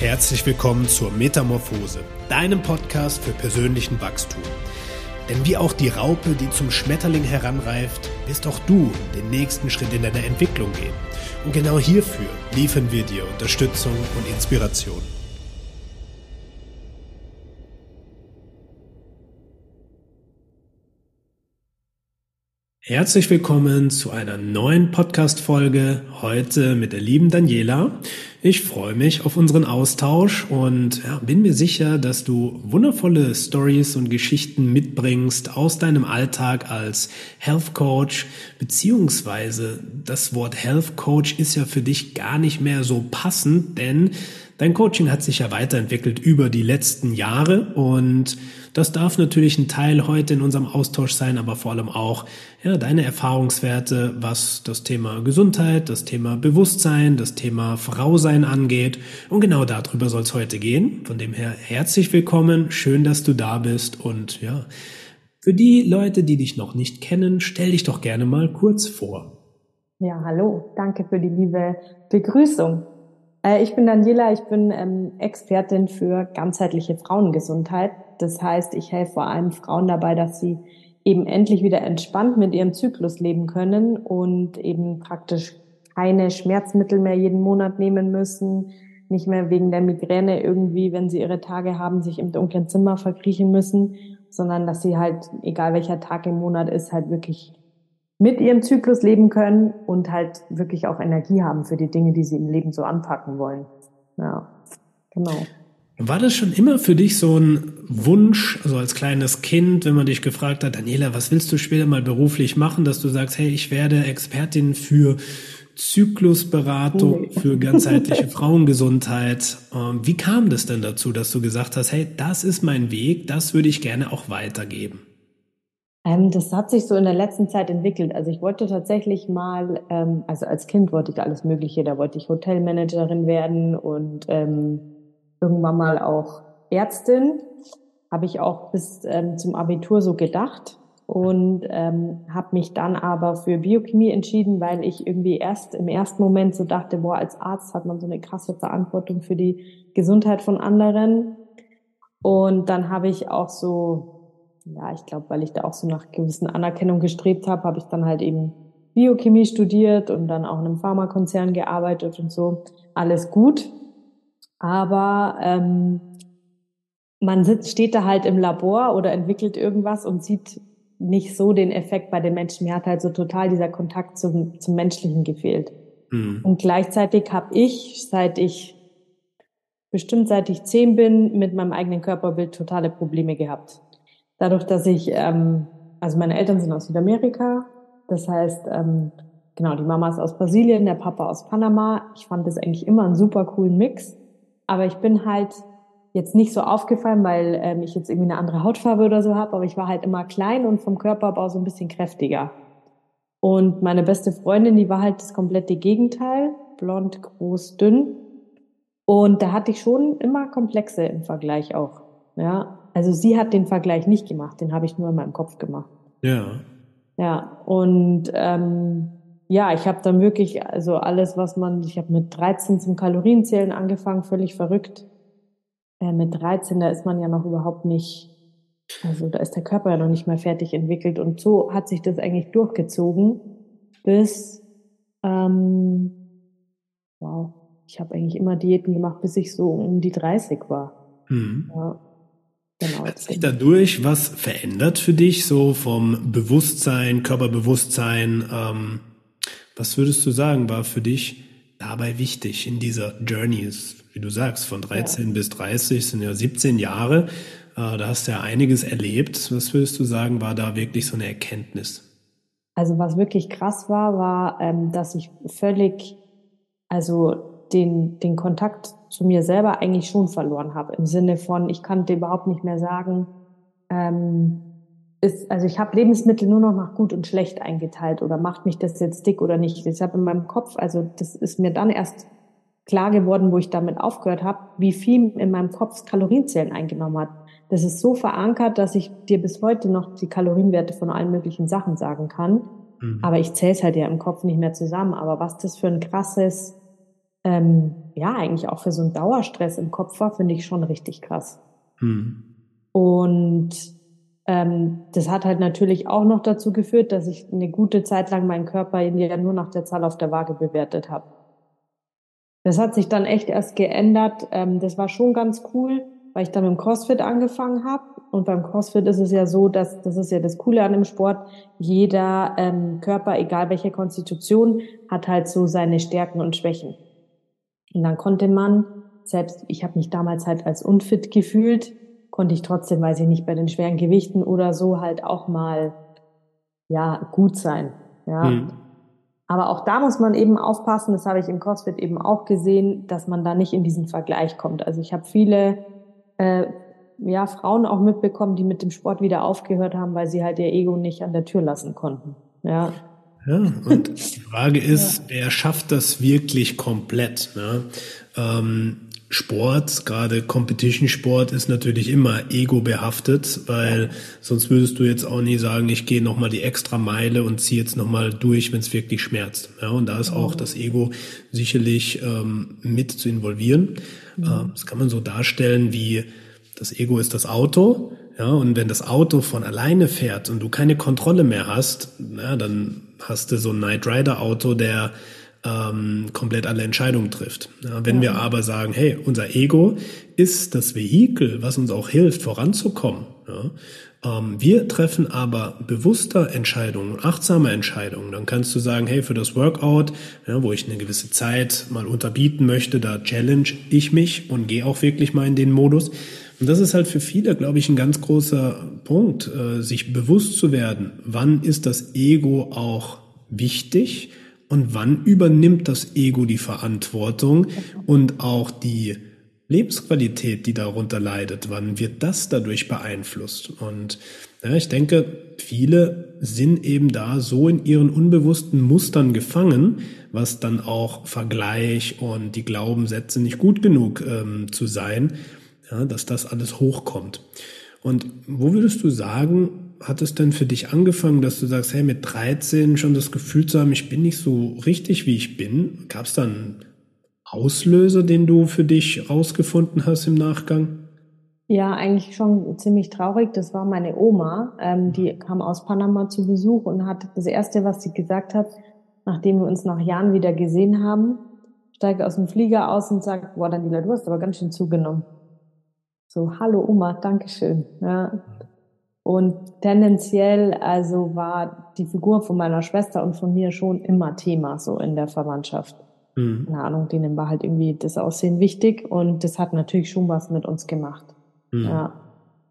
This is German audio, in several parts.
herzlich willkommen zur Metamorphose, deinem Podcast für persönlichen Wachstum. Denn wie auch die Raupe, die zum Schmetterling heranreift, wirst auch du den nächsten Schritt in deiner Entwicklung gehen. Und genau hierfür liefern wir dir Unterstützung und Inspiration. Herzlich willkommen zu einer neuen Podcast-Folge, heute mit der lieben Daniela. Ich freue mich auf unseren Austausch und bin mir sicher, dass du wundervolle Stories und Geschichten mitbringst aus deinem Alltag als Health Coach, beziehungsweise das Wort Health Coach ist ja für dich gar nicht mehr so passend, denn dein Coaching hat sich ja weiterentwickelt über die letzten Jahre und das darf natürlich ein Teil heute in unserem Austausch sein, aber vor allem auch deine Erfahrungswerte, was das Thema Gesundheit, das Thema Bewusstsein, das Thema Frausein angeht. Und genau darüber soll es heute gehen. Von dem her herzlich willkommen, schön, dass du da bist. Und für die Leute, die dich noch nicht kennen, stell dich doch gerne mal kurz vor. Ja, hallo, danke für die liebe Begrüßung. Ich bin Daniela, ich bin Expertin für ganzheitliche Frauengesundheit. Das heißt, ich helfe vor allem Frauen dabei, dass sie eben endlich wieder entspannt mit ihrem Zyklus leben können und eben praktisch keine Schmerzmittel mehr jeden Monat nehmen müssen, nicht mehr wegen der Migräne irgendwie, wenn sie ihre Tage haben, sich im dunklen Zimmer verkriechen müssen, sondern dass sie halt, egal welcher Tag im Monat ist, halt wirklich mit ihrem Zyklus leben können und halt wirklich auch Energie haben für die Dinge, die sie im Leben so anpacken wollen. Ja, genau. War das schon immer für dich so ein Wunsch, also als kleines Kind, wenn man dich gefragt hat, Daniela, was willst du später mal beruflich machen, dass du sagst, hey, ich werde Expertin für Zyklusberatung, für ganzheitliche Frauengesundheit. Wie kam das denn dazu, dass du gesagt hast, hey, das ist mein Weg, das würde ich gerne auch weitergeben? Das hat sich so in der letzten Zeit entwickelt. Also ich wollte tatsächlich mal, also als Kind wollte ich alles Mögliche. Da wollte ich Hotelmanagerin werden und irgendwann mal auch Ärztin. Habe ich auch bis zum Abitur so gedacht und habe mich dann aber für Biochemie entschieden, weil ich irgendwie erst im ersten Moment so dachte, boah, als Arzt hat man so eine krasse Verantwortung für die Gesundheit von anderen. Und dann habe ich auch so, ja, ich glaube, weil ich da auch so nach gewissen Anerkennung gestrebt habe, habe ich dann halt eben Biochemie studiert und dann auch in einem Pharmakonzern gearbeitet und so. Alles gut. Aber steht da halt im Labor oder entwickelt irgendwas und sieht nicht so den Effekt bei den Menschen. Mir hat halt so total dieser Kontakt zum Menschlichen gefehlt. Mhm. Und gleichzeitig habe ich, seit ich 10 bin, mit meinem eigenen Körperbild totale Probleme gehabt. Dadurch, dass ich, also meine Eltern sind aus Südamerika, das heißt, genau, die Mama ist aus Brasilien, der Papa aus Panama. Ich fand das eigentlich immer einen super coolen Mix, aber ich bin halt jetzt nicht so aufgefallen, weil ich jetzt irgendwie eine andere Hautfarbe oder so habe, aber ich war halt immer klein und vom Körperbau so ein bisschen kräftiger. Und meine beste Freundin, die war halt das komplette Gegenteil, blond, groß, dünn. Und da hatte ich schon immer Komplexe im Vergleich auch, ja. Also sie hat den Vergleich nicht gemacht, den habe ich nur in meinem Kopf gemacht. Ja. Ja, und ich habe dann wirklich, also alles, ich habe mit 13 zum Kalorienzählen angefangen, völlig verrückt. Mit 13, da ist man ja noch überhaupt nicht, also da ist der Körper ja noch nicht mal fertig entwickelt. Und so hat sich das eigentlich durchgezogen bis, ich habe eigentlich immer Diäten gemacht, bis ich so um die 30 war. Mhm. Ja. Genau. Hat sich dadurch was verändert für dich, so vom Bewusstsein, Körperbewusstsein? Was würdest du sagen, war für dich dabei wichtig in dieser Journey? Wie du sagst, von 13 bis 30 sind ja 17 Jahre. Da hast du ja einiges erlebt. Was würdest du sagen, war da wirklich so eine Erkenntnis? Also was wirklich krass war, dass ich völlig, also den Kontakt zu mir selber eigentlich schon verloren habe. Im Sinne von, ich konnte überhaupt nicht mehr sagen, also ich habe Lebensmittel nur noch nach gut und schlecht eingeteilt oder macht mich das jetzt dick oder nicht. Ich habe in meinem Kopf, also das ist mir dann erst klar geworden, wo ich damit aufgehört habe, wie viel in meinem Kopf Kalorienzählen eingenommen hat. Das ist so verankert, dass ich dir bis heute noch die Kalorienwerte von allen möglichen Sachen sagen kann. Mhm. Aber ich zähle es halt ja im Kopf nicht mehr zusammen. Aber was das für ein krasses ja, eigentlich auch für so einen Dauerstress im Kopf war, finde ich schon richtig krass. Hm. Und das hat halt natürlich auch noch dazu geführt, dass ich eine gute Zeit lang meinen Körper ja nur nach der Zahl auf der Waage bewertet habe. Das hat sich dann echt erst geändert. Das war schon ganz cool, weil ich dann mit dem CrossFit angefangen habe. Und beim CrossFit ist es ja so, dass das ist ja das Coole an dem Sport. Jeder Körper, egal welche Konstitution, hat halt so seine Stärken und Schwächen. Und dann konnte man, selbst ich habe mich damals halt als unfit gefühlt, konnte ich trotzdem, weiß ich nicht, bei den schweren Gewichten oder so halt auch mal ja gut sein. Ja. Hm. Aber auch da muss man eben aufpassen, das habe ich im CrossFit eben auch gesehen, dass man da nicht in diesen Vergleich kommt. Also ich habe viele ja, Frauen auch mitbekommen, die mit dem Sport wieder aufgehört haben, weil sie halt ihr Ego nicht an der Tür lassen konnten. Ja. Ja, und die Frage Ja. ist, wer schafft das wirklich komplett? Ne? Sport, gerade Competition-Sport, ist natürlich immer ego-behaftet, weil sonst würdest du jetzt auch nie sagen, ich gehe nochmal die extra Meile und ziehe jetzt nochmal durch, wenn es wirklich schmerzt. Ja, und da ist auch das Ego sicherlich mit zu involvieren. Das kann man so darstellen wie das Ego ist das Auto, ja, und wenn das Auto von alleine fährt und du keine Kontrolle mehr hast, na, dann hast du so ein Knight Rider Auto, der komplett alle Entscheidungen trifft. Ja, wenn wir aber sagen, hey, unser Ego ist das Vehikel, was uns auch hilft, voranzukommen. Ja, wir treffen aber bewusster Entscheidungen und achtsame Entscheidungen. Dann kannst du sagen, hey, für das Workout, ja, wo ich eine gewisse Zeit mal unterbieten möchte, da challenge ich mich und gehe auch wirklich mal in den Modus. Und das ist halt für viele, glaube ich, ein ganz großer Punkt, sich bewusst zu werden, wann ist das Ego auch wichtig und wann übernimmt das Ego die Verantwortung und auch die Lebensqualität, die darunter leidet, wann wird das dadurch beeinflusst? Und ja, ich denke, viele sind eben da so in ihren unbewussten Mustern gefangen, was dann auch Vergleich und die Glaubenssätze nicht gut genug zu sein, ja, dass das alles hochkommt. Und wo würdest du sagen, hat es denn für dich angefangen, dass du sagst, hey, mit 13 schon das Gefühl zu haben, ich bin nicht so richtig, wie ich bin? Gab es da einen Auslöser, den du für dich rausgefunden hast im Nachgang? Ja, eigentlich schon ziemlich traurig. Das war meine Oma. Die kam aus Panama zu Besuch und hat das Erste, was sie gesagt hat, nachdem wir uns nach Jahren wieder gesehen haben, steigt aus dem Flieger aus und sagt, boah, Daniela, du hast aber ganz schön zugenommen. So, hallo Oma, Dankeschön. Ja. Und tendenziell, also war die Figur von meiner Schwester und von mir schon immer Thema, so in der Verwandtschaft. Mhm. Keine Ahnung, denen war halt irgendwie das Aussehen wichtig und das hat natürlich schon was mit uns gemacht. Mhm. Ja.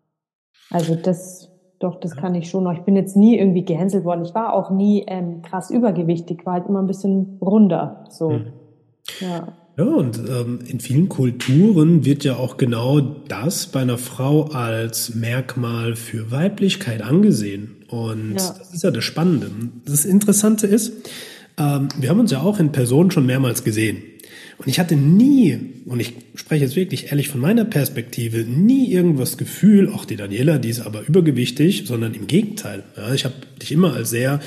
Also das, doch, das kann ich schon noch. Ich bin jetzt nie irgendwie gehänselt worden. Ich war auch nie krass übergewichtig, war halt immer ein bisschen runder. Mhm. So, ja. Ja, und in vielen Kulturen wird ja auch genau das bei einer Frau als Merkmal für Weiblichkeit angesehen. Und Ja. das ist ja das Spannende. Das Interessante ist, wir haben uns ja auch in Person schon mehrmals gesehen. Und ich hatte nie, und ich spreche jetzt wirklich ehrlich von meiner Perspektive, nie irgendwas Gefühl, ach, die Daniela, die ist aber übergewichtig, sondern im Gegenteil. Ja, ich habe dich immer als sehr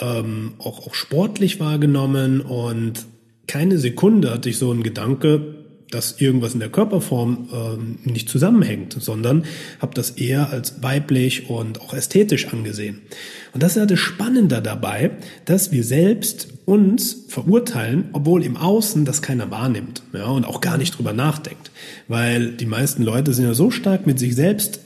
auch sportlich wahrgenommen und keine Sekunde hatte ich so einen Gedanke, dass irgendwas in der Körperform nicht zusammenhängt, sondern habe das eher als weiblich und auch ästhetisch angesehen. Und das ist ja das Spannende dabei, dass wir selbst uns verurteilen, obwohl im Außen das keiner wahrnimmt, ja, und auch gar nicht drüber nachdenkt. Weil die meisten Leute sind ja so stark mit sich selbst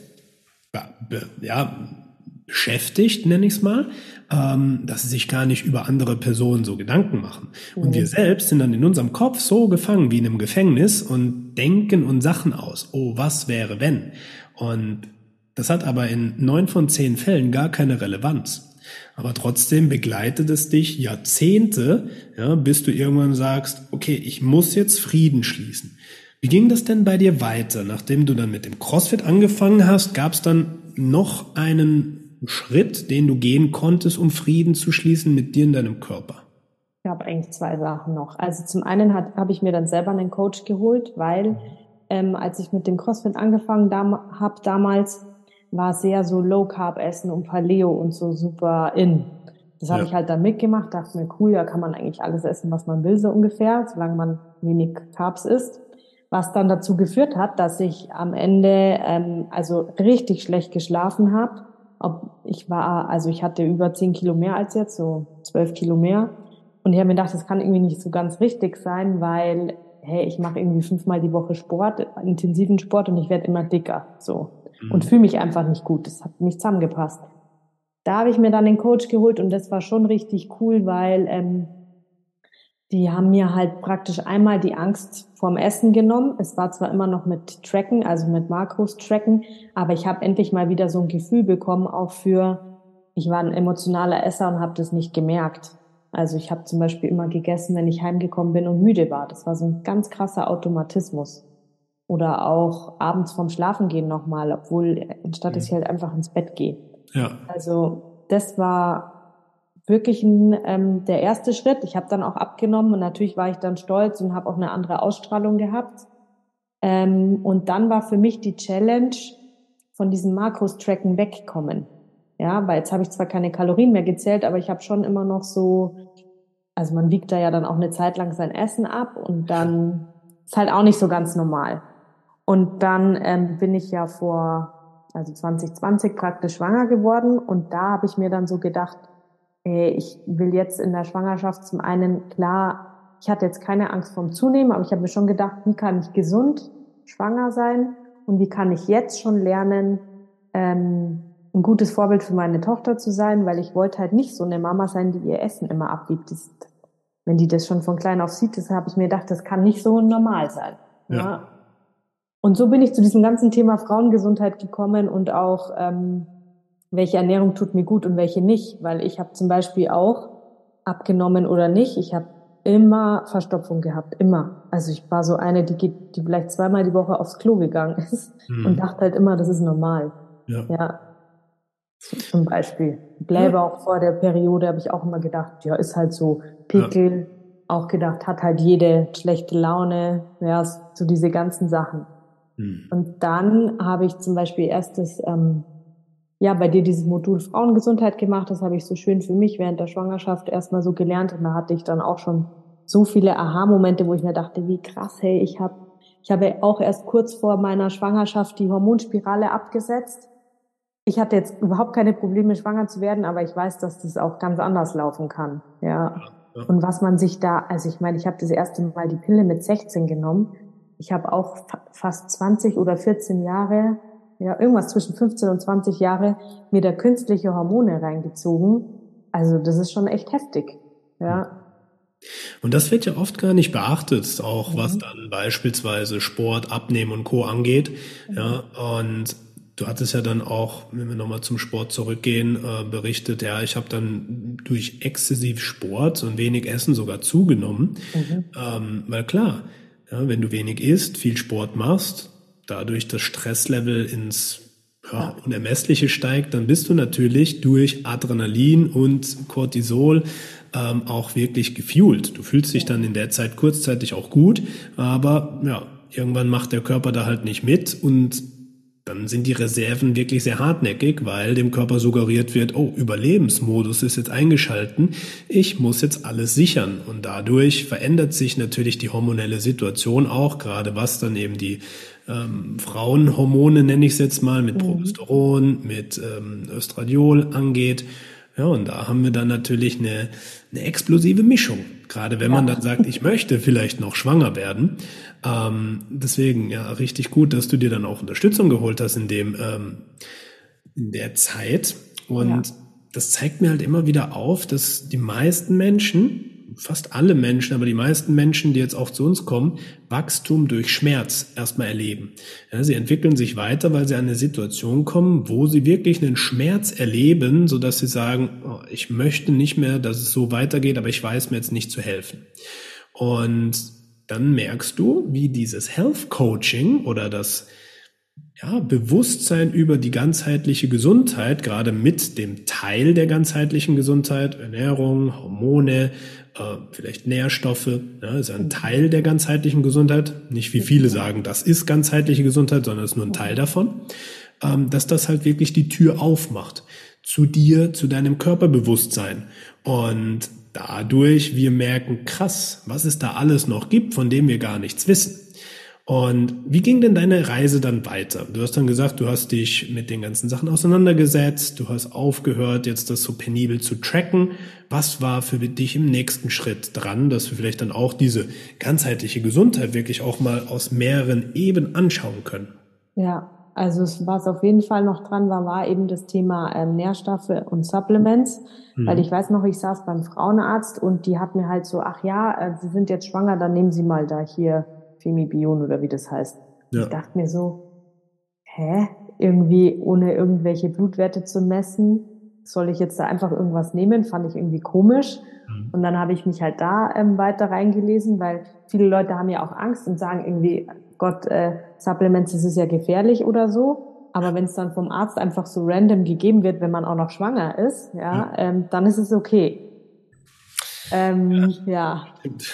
beschäftigt, nenne ich es mal, dass sie sich gar nicht über andere Personen so Gedanken machen. Und wir selbst sind dann in unserem Kopf so gefangen wie in einem Gefängnis und denken uns Sachen aus. Oh, was wäre wenn? Und das hat aber in 9 von 10 Fällen gar keine Relevanz. Aber trotzdem begleitet es dich Jahrzehnte, ja, bis du irgendwann sagst, okay, ich muss jetzt Frieden schließen. Wie ging das denn bei dir weiter? Nachdem du dann mit dem CrossFit angefangen hast, gab es dann noch einen Schritt, den du gehen konntest, um Frieden zu schließen mit dir in deinem Körper? Ich habe eigentlich zwei Sachen noch. Also zum einen habe ich mir dann selber einen Coach geholt, weil als ich mit dem CrossFit angefangen habe damals, war sehr so Low Carb Essen und Paleo und so super in. Das habe ich halt dann mitgemacht, dachte mir, cool, da kann man eigentlich alles essen, was man will, so ungefähr, solange man wenig Carbs isst. Was dann dazu geführt hat, dass ich am Ende also richtig schlecht geschlafen habe. Ich hatte über 10 Kilo mehr als jetzt, so 12 Kilo mehr. Und ich habe mir gedacht, das kann irgendwie nicht so ganz richtig sein, weil, hey, ich mache irgendwie 5-mal die Woche Sport, intensiven Sport und ich werde immer dicker, so. Und fühle mich einfach nicht gut. Das hat nicht zusammengepasst. Da habe ich mir dann den Coach geholt und das war schon richtig cool, weil die haben mir halt praktisch einmal die Angst vorm Essen genommen. Es war zwar immer noch mit Tracken, also mit Makros tracken, aber ich habe endlich mal wieder so ein Gefühl bekommen, ich war ein emotionaler Esser und habe das nicht gemerkt. Also ich habe zum Beispiel immer gegessen, wenn ich heimgekommen bin und müde war. Das war so ein ganz krasser Automatismus. Oder auch abends vorm Schlafengehen nochmal, anstatt dass ich halt einfach ins Bett gehe. Ja. Also das war wirklich der erste Schritt. Ich habe dann auch abgenommen und natürlich war ich dann stolz und habe auch eine andere Ausstrahlung gehabt. Und dann war für mich die Challenge, von diesem Makros-Tracken wegkommen. Ja, weil jetzt habe ich zwar keine Kalorien mehr gezählt, aber ich habe schon immer noch also man wiegt da ja dann auch eine Zeit lang sein Essen ab und dann ist halt auch nicht so ganz normal. Und dann bin ich ja 2020 praktisch schwanger geworden und da habe ich mir dann so gedacht, ich will jetzt in der Schwangerschaft zum einen, klar, ich hatte jetzt keine Angst vorm Zunehmen, aber ich habe mir schon gedacht, wie kann ich gesund schwanger sein und wie kann ich jetzt schon lernen, ein gutes Vorbild für meine Tochter zu sein, weil ich wollte halt nicht so eine Mama sein, die ihr Essen immer abwiegt. Wenn die das schon von klein auf sieht, das habe ich mir gedacht, das kann nicht so normal sein. Ja. Und so bin ich zu diesem ganzen Thema Frauengesundheit gekommen und auch, welche Ernährung tut mir gut und welche nicht, weil ich habe zum Beispiel auch abgenommen oder nicht, ich habe immer Verstopfung gehabt, immer. Also ich war so eine, die vielleicht 2-mal die Woche aufs Klo gegangen ist und dachte halt immer, das ist normal. Ja. Zum Beispiel. Blähbauch auch vor der Periode habe ich auch immer gedacht, ja, ist halt so. Pickel, auch gedacht, hat halt jede schlechte Laune, ja, so diese ganzen Sachen. Und dann habe ich zum Beispiel bei dir dieses Modul Frauengesundheit gemacht, das habe ich so schön für mich während der Schwangerschaft erstmal so gelernt und da hatte ich dann auch schon so viele Aha-Momente, wo ich mir dachte, wie krass, hey, ich habe auch erst kurz vor meiner Schwangerschaft die Hormonspirale abgesetzt. Ich hatte jetzt überhaupt keine Probleme, schwanger zu werden, aber ich weiß, dass das auch ganz anders laufen kann. Ja. Und was man sich also ich meine, ich habe das erste Mal die Pille mit 16 genommen. Ich habe auch fast 20 oder 14 Jahre, ja, irgendwas zwischen 15 und 20 Jahre, mir da künstliche Hormone reingezogen. Also das ist schon echt heftig. Ja. Und das wird ja oft gar nicht beachtet, auch was dann beispielsweise Sport, Abnehmen und Co. angeht. Ja, und du hattest ja dann auch, wenn wir nochmal zum Sport zurückgehen, berichtet, ja, ich habe dann durch exzessiv Sport und wenig Essen sogar zugenommen. Weil klar, ja, wenn du wenig isst, viel Sport machst, dadurch das Stresslevel ins Unermessliche steigt, dann bist du natürlich durch Adrenalin und Cortisol auch wirklich gefuelt. Du fühlst dich dann in der Zeit kurzzeitig auch gut, aber ja, irgendwann macht der Körper da halt nicht mit und dann sind die Reserven wirklich sehr hartnäckig, weil dem Körper suggeriert wird, oh, Überlebensmodus ist jetzt eingeschalten, ich muss jetzt alles sichern. Und dadurch verändert sich natürlich die hormonelle Situation auch, gerade was dann eben die Frauenhormone, nenne ich es jetzt mal, mit Progesteron, mit Östradiol angeht. Ja, und da haben wir dann natürlich eine explosive Mischung. Gerade wenn man dann sagt, ich möchte vielleicht noch schwanger werden. Deswegen, ja, richtig gut, dass du dir dann auch Unterstützung geholt hast in der Zeit. Und das zeigt mir halt immer wieder auf, dass die meisten Menschen, fast alle Menschen, aber die meisten Menschen, die jetzt auch zu uns kommen, Wachstum durch Schmerz erstmal erleben. Ja, sie entwickeln sich weiter, weil sie an eine Situation kommen, wo sie wirklich einen Schmerz erleben, sodass sie sagen, oh, ich möchte nicht mehr, dass es so weitergeht, aber ich weiß mir jetzt nicht zu helfen. Und dann merkst du, wie dieses Health Coaching oder das Bewusstsein über die ganzheitliche Gesundheit, gerade mit dem Teil der ganzheitlichen Gesundheit, Ernährung, Hormone, vielleicht Nährstoffe, ist ein Teil der ganzheitlichen Gesundheit. Nicht wie viele sagen, das ist ganzheitliche Gesundheit, sondern es ist nur ein Teil davon, dass das halt wirklich die Tür aufmacht. zu dir, zu deinem Körperbewusstsein. Und dadurch wir merken, krass, was es da alles noch gibt, von dem wir gar nichts wissen. Und wie ging denn deine Reise dann weiter? Du hast dann gesagt, du hast dich mit den ganzen Sachen auseinandergesetzt, du hast aufgehört, jetzt das so penibel zu tracken. Was war für dich im nächsten Schritt dran, dass wir vielleicht dann auch diese ganzheitliche Gesundheit wirklich auch mal aus mehreren Ebenen anschauen können? Ja, also was auf jeden Fall noch dran war eben das Thema Nährstoffe und Supplements, weil ich weiß noch, ich saß beim Frauenarzt und die hat mir halt so, ach ja, Sie sind jetzt schwanger, dann nehmen Sie mal da hier Femibion oder wie das heißt. Ja. Ich dachte mir so, irgendwie ohne irgendwelche Blutwerte zu messen, soll ich jetzt da einfach irgendwas nehmen? Fand ich irgendwie komisch. Und dann habe ich mich halt da weiter reingelesen, weil viele Leute haben ja auch Angst und sagen irgendwie, Gott, Supplements, das ist ja gefährlich oder so. Aber wenn es dann vom Arzt einfach so random gegeben wird, wenn man auch noch schwanger ist, dann ist es okay. Ja.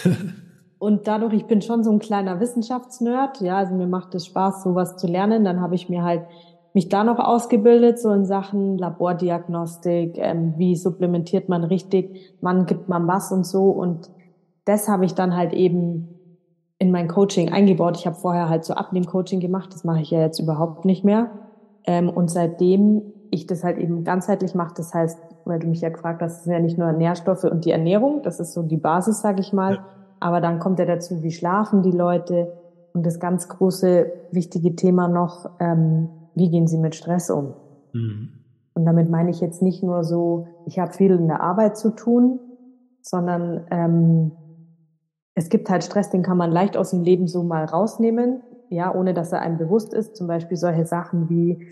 Und dadurch, ich bin schon so ein kleiner Wissenschaftsnerd, ja, also mir macht es Spaß, sowas zu lernen. Dann habe ich mir halt mich da noch ausgebildet, so in Sachen Labordiagnostik, wie supplementiert man richtig, wann gibt man was und so. Und das habe ich dann halt eben in mein Coaching eingebaut. Ich habe vorher halt so Abnehm-Coaching gemacht, das mache ich ja jetzt überhaupt nicht mehr. Und seitdem ich das halt eben ganzheitlich mache, das heißt, weil du mich ja gefragt hast, das sind ja nicht nur Nährstoffe und die Ernährung, das ist so die Basis, sage ich mal. Aber dann kommt ja dazu, wie schlafen die Leute? Und das ganz große, wichtige Thema noch, wie gehen sie mit Stress um? Und damit meine ich jetzt nicht nur so, ich habe viel in der Arbeit zu tun, sondern es gibt halt Stress, den kann man leicht aus dem Leben so mal rausnehmen, ja, ohne dass er einem bewusst ist. Zum Beispiel solche Sachen wie,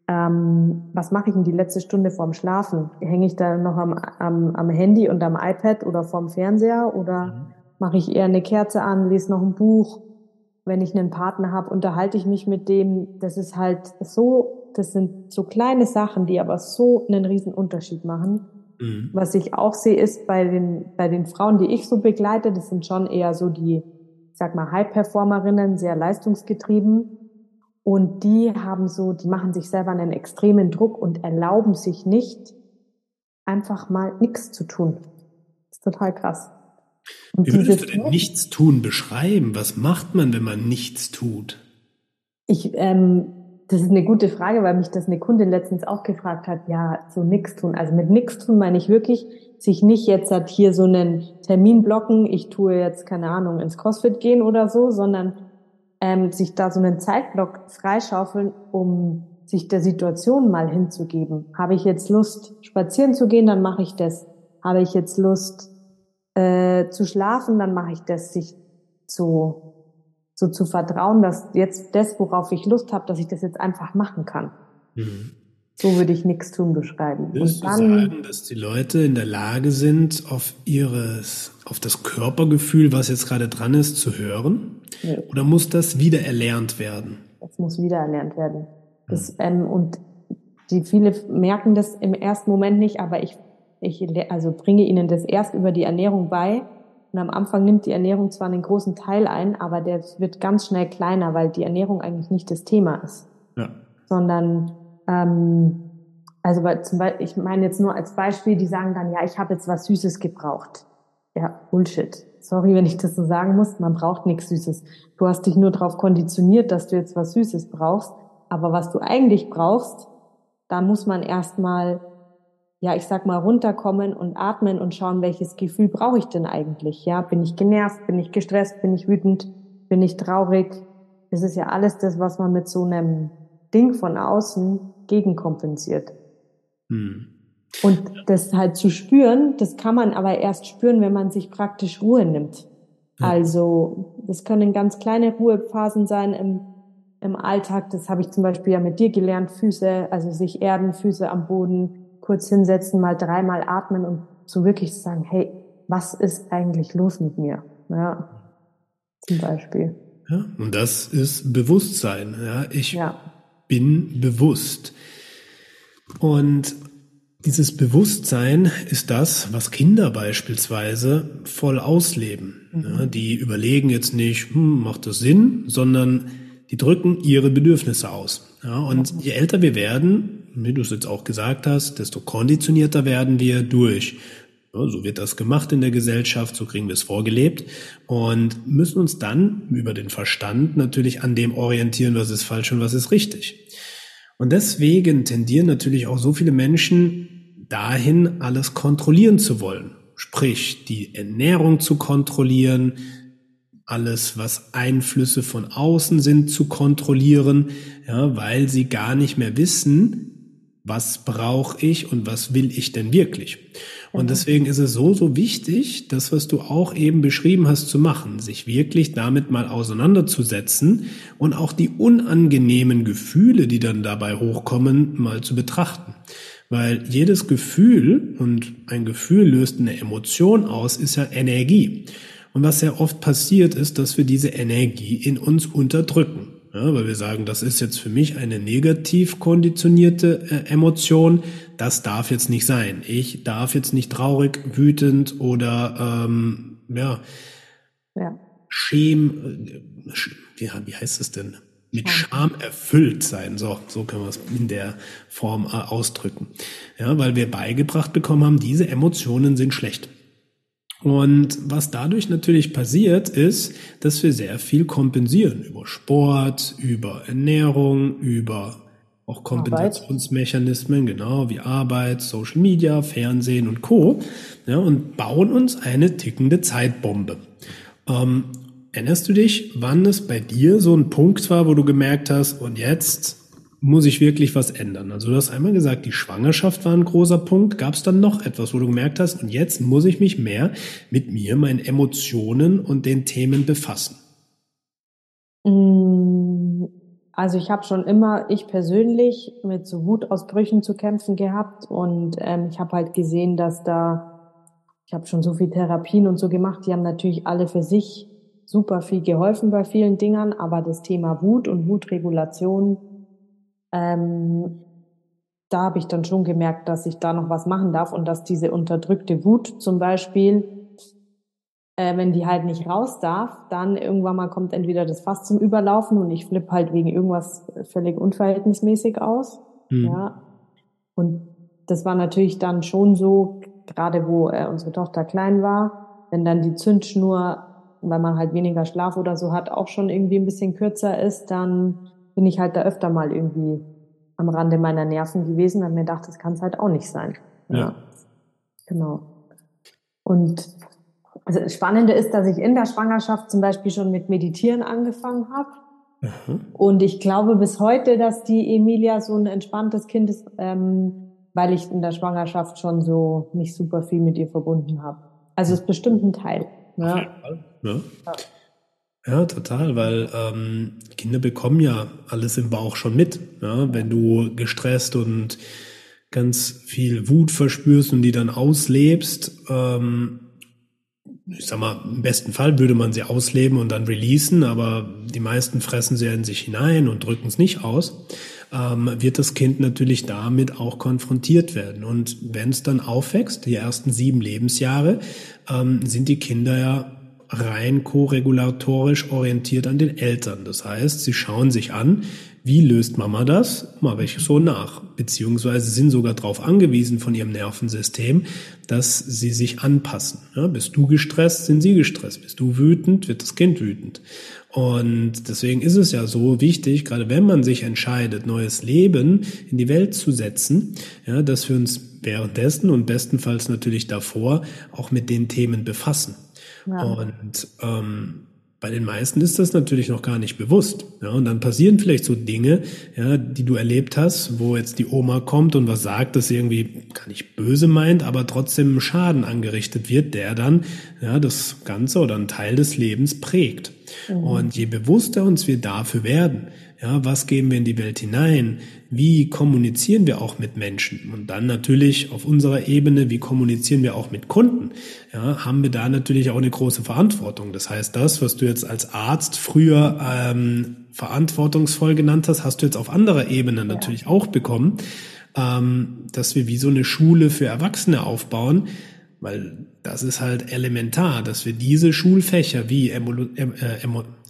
was mache ich denn die letzte Stunde vorm Schlafen? Hänge ich da noch am Handy und am iPad oder vorm Fernseher oder mache ich eher eine Kerze an, lese noch ein Buch? Wenn ich einen Partner habe, unterhalte ich mich mit dem. Das ist halt so, das sind so kleine Sachen, die aber so einen riesen Unterschied machen. Was ich auch sehe, ist bei den Frauen, die ich so begleite, das sind schon eher so die, ich sag mal, High-Performerinnen, sehr leistungsgetrieben. Und die machen sich selber einen extremen Druck und erlauben sich nicht, einfach mal nichts zu tun. Das ist total krass. Und wie würdest du denn Nichtstun beschreiben? Was macht man, wenn man nichts tut? Das ist eine gute Frage, weil mich das eine Kundin letztens auch gefragt hat, ja, so nichts tun. Also mit nichts tun meine ich wirklich, sich nicht jetzt halt hier so einen Termin blocken, ich tue jetzt, keine Ahnung, ins CrossFit gehen oder so, sondern sich da so einen Zeitblock freischaufeln, um sich der Situation mal hinzugeben. Habe ich jetzt Lust, spazieren zu gehen, dann mache ich das. Habe ich jetzt Lust, zu schlafen, dann mache ich das, sich so zu vertrauen, dass jetzt das, worauf ich Lust habe, dass ich das jetzt einfach machen kann. So würde ich nichts tun beschreiben. Würdest du sagen, dass die Leute in der Lage sind, auf das Körpergefühl, was jetzt gerade dran ist, zu hören? Nee. Oder muss das wieder erlernt werden? Das muss wieder erlernt werden. Und viele merken das im ersten Moment nicht, aber ich bringe ihnen das erst über die Ernährung bei. Und am Anfang nimmt die Ernährung zwar einen großen Teil ein, aber der wird ganz schnell kleiner, weil die Ernährung eigentlich nicht das Thema ist. Ja. Sondern, weil zum Beispiel, ich meine jetzt nur als Beispiel, die sagen dann, ja, ich habe jetzt was Süßes gebraucht. Ja, Bullshit. Sorry, wenn ich das so sagen muss, man braucht nichts Süßes. Du hast dich nur darauf konditioniert, dass du jetzt was Süßes brauchst. Aber was du eigentlich brauchst, da muss man erstmal, ja, ich sag mal, runterkommen und atmen und schauen, welches Gefühl brauche ich denn eigentlich? Ja, bin ich genervt? Bin ich gestresst? Bin ich wütend? Bin ich traurig? Das ist ja alles das, was man mit so einem Ding von außen gegenkompensiert. Und das halt zu spüren, das kann man aber erst spüren, wenn man sich praktisch Ruhe nimmt. Ja. Also, das können ganz kleine Ruhephasen sein im Alltag. Das habe ich zum Beispiel ja mit dir gelernt. Füße, also sich erden, Füße am Boden, kurz hinsetzen, mal 3-mal atmen und so wirklich sagen, hey, was ist eigentlich los mit mir? Ja, zum Beispiel. Ja, und das ist Bewusstsein. Ja, ich bin bewusst. Und dieses Bewusstsein ist das, was Kinder beispielsweise voll ausleben. Ja, die überlegen jetzt nicht, macht das Sinn, sondern die drücken ihre Bedürfnisse aus. Ja, und je älter wir werden, wie du es jetzt auch gesagt hast, desto konditionierter werden wir durch. Ja, so wird das gemacht in der Gesellschaft, so kriegen wir es vorgelebt und müssen uns dann über den Verstand natürlich an dem orientieren, was ist falsch und was ist richtig. Und deswegen tendieren natürlich auch so viele Menschen dahin, alles kontrollieren zu wollen. Sprich, die Ernährung zu kontrollieren, alles, was Einflüsse von außen sind, zu kontrollieren, ja, weil sie gar nicht mehr wissen, was brauche ich und was will ich denn wirklich. Und deswegen ist es so wichtig, das, was du auch eben beschrieben hast, zu machen, sich wirklich damit mal auseinanderzusetzen und auch die unangenehmen Gefühle, die dann dabei hochkommen, mal zu betrachten. Weil jedes Gefühl, und ein Gefühl löst eine Emotion aus, ist ja Energie. Und was sehr oft passiert ist, dass wir diese Energie in uns unterdrücken. Ja, weil wir sagen, das ist jetzt für mich eine negativ konditionierte Emotion, das darf jetzt nicht sein. Ich darf jetzt nicht traurig, wütend oder wie heißt es denn? Mit Scham erfüllt sein. So können wir es in der Form ausdrücken. Ja, weil wir beigebracht bekommen haben, diese Emotionen sind schlecht. Und was dadurch natürlich passiert, ist, dass wir sehr viel kompensieren über Sport, über Ernährung, über auch Kompensationsmechanismen, genau, wie Arbeit, Social Media, Fernsehen und Co. Ja, und bauen uns eine tickende Zeitbombe. Erinnerst du dich, wann es bei dir so ein Punkt war, wo du gemerkt hast, und jetzt muss ich wirklich was ändern? Also du hast einmal gesagt, die Schwangerschaft war ein großer Punkt. Gab es dann noch etwas, wo du gemerkt hast, und jetzt muss ich mich mehr mit mir, meinen Emotionen und den Themen befassen? Also ich habe schon immer, ich persönlich, mit so Wutausbrüchen zu kämpfen gehabt und ich habe halt gesehen, ich habe schon so viel Therapien und so gemacht, die haben natürlich alle für sich super viel geholfen bei vielen Dingern, aber das Thema Wut und Wutregulation, da habe ich dann schon gemerkt, dass ich da noch was machen darf und dass diese unterdrückte Wut zum Beispiel, wenn die halt nicht raus darf, dann irgendwann mal kommt entweder das Fass zum Überlaufen und ich flippe halt wegen irgendwas völlig unverhältnismäßig aus. Ja. Und das war natürlich dann schon so, gerade wo unsere Tochter klein war, wenn dann die Zündschnur, weil man halt weniger Schlaf oder so hat, auch schon irgendwie ein bisschen kürzer ist, dann bin ich halt da öfter mal irgendwie am Rande meiner Nerven gewesen, weil mir dachte, das kann es halt auch nicht sein. Ja. Genau. Und also das Spannende ist, dass ich in der Schwangerschaft zum Beispiel schon mit Meditieren angefangen habe. Und ich glaube bis heute, dass die Emilia so ein entspanntes Kind ist, weil ich in der Schwangerschaft schon so nicht super viel mit ihr verbunden habe. Also es ist bestimmt ein Teil. Ja. Ja, total, weil Kinder bekommen ja alles im Bauch schon mit. Ja? Wenn du gestresst und ganz viel Wut verspürst und die dann auslebst, ich sag mal, im besten Fall würde man sie ausleben und dann releasen, aber die meisten fressen sie ja in sich hinein und drücken es nicht aus, wird das Kind natürlich damit auch konfrontiert werden. Und wenn es dann aufwächst, die ersten 7 Lebensjahre, sind die Kinder ja rein koregulatorisch orientiert an den Eltern. Das heißt, sie schauen sich an, wie löst Mama das? Mache ich so nach. Beziehungsweise sind sogar darauf angewiesen von ihrem Nervensystem, dass sie sich anpassen. Ja, bist du gestresst, sind sie gestresst. Bist du wütend, wird das Kind wütend. Und deswegen ist es ja so wichtig, gerade wenn man sich entscheidet, neues Leben in die Welt zu setzen, ja, dass wir uns währenddessen und bestenfalls natürlich davor auch mit den Themen befassen. Ja. Und bei den meisten ist das natürlich noch gar nicht bewusst. Ja, und dann passieren vielleicht so Dinge, ja, die du erlebt hast, wo jetzt die Oma kommt und was sagt, das irgendwie gar nicht böse meint, aber trotzdem Schaden angerichtet wird, der dann das Ganze oder einen Teil des Lebens prägt. Und je bewusster uns wir dafür werden, ja, was geben wir in die Welt hinein? Wie kommunizieren wir auch mit Menschen? Und dann natürlich auf unserer Ebene, wie kommunizieren wir auch mit Kunden? Ja, haben wir da natürlich auch eine große Verantwortung. Das heißt, das, was du jetzt als Arzt früher verantwortungsvoll genannt hast, hast du jetzt auf anderer Ebene natürlich auch bekommen, dass wir wie so eine Schule für Erwachsene aufbauen, weil das ist halt elementar, dass wir diese Schulfächer wie